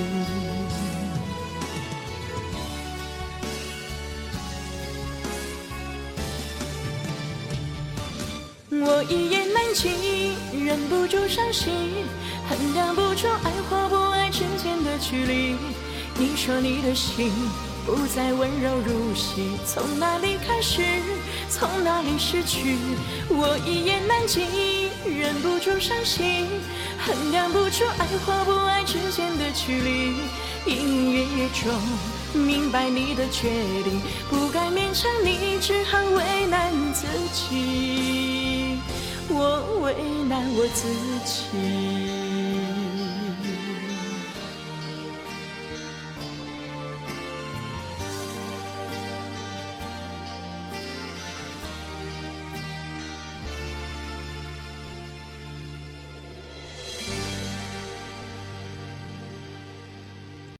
我一言难尽，忍不住伤心，衡量不出爱或不爱之间的距离。你说你的心不再温柔如昔，从哪里开始，从哪里失去？我一言难尽，忍不住伤心，衡量不出爱或不爱之间的距离。隐约中明白你的决定，不该勉强你，只好为难自己，我为难我自己。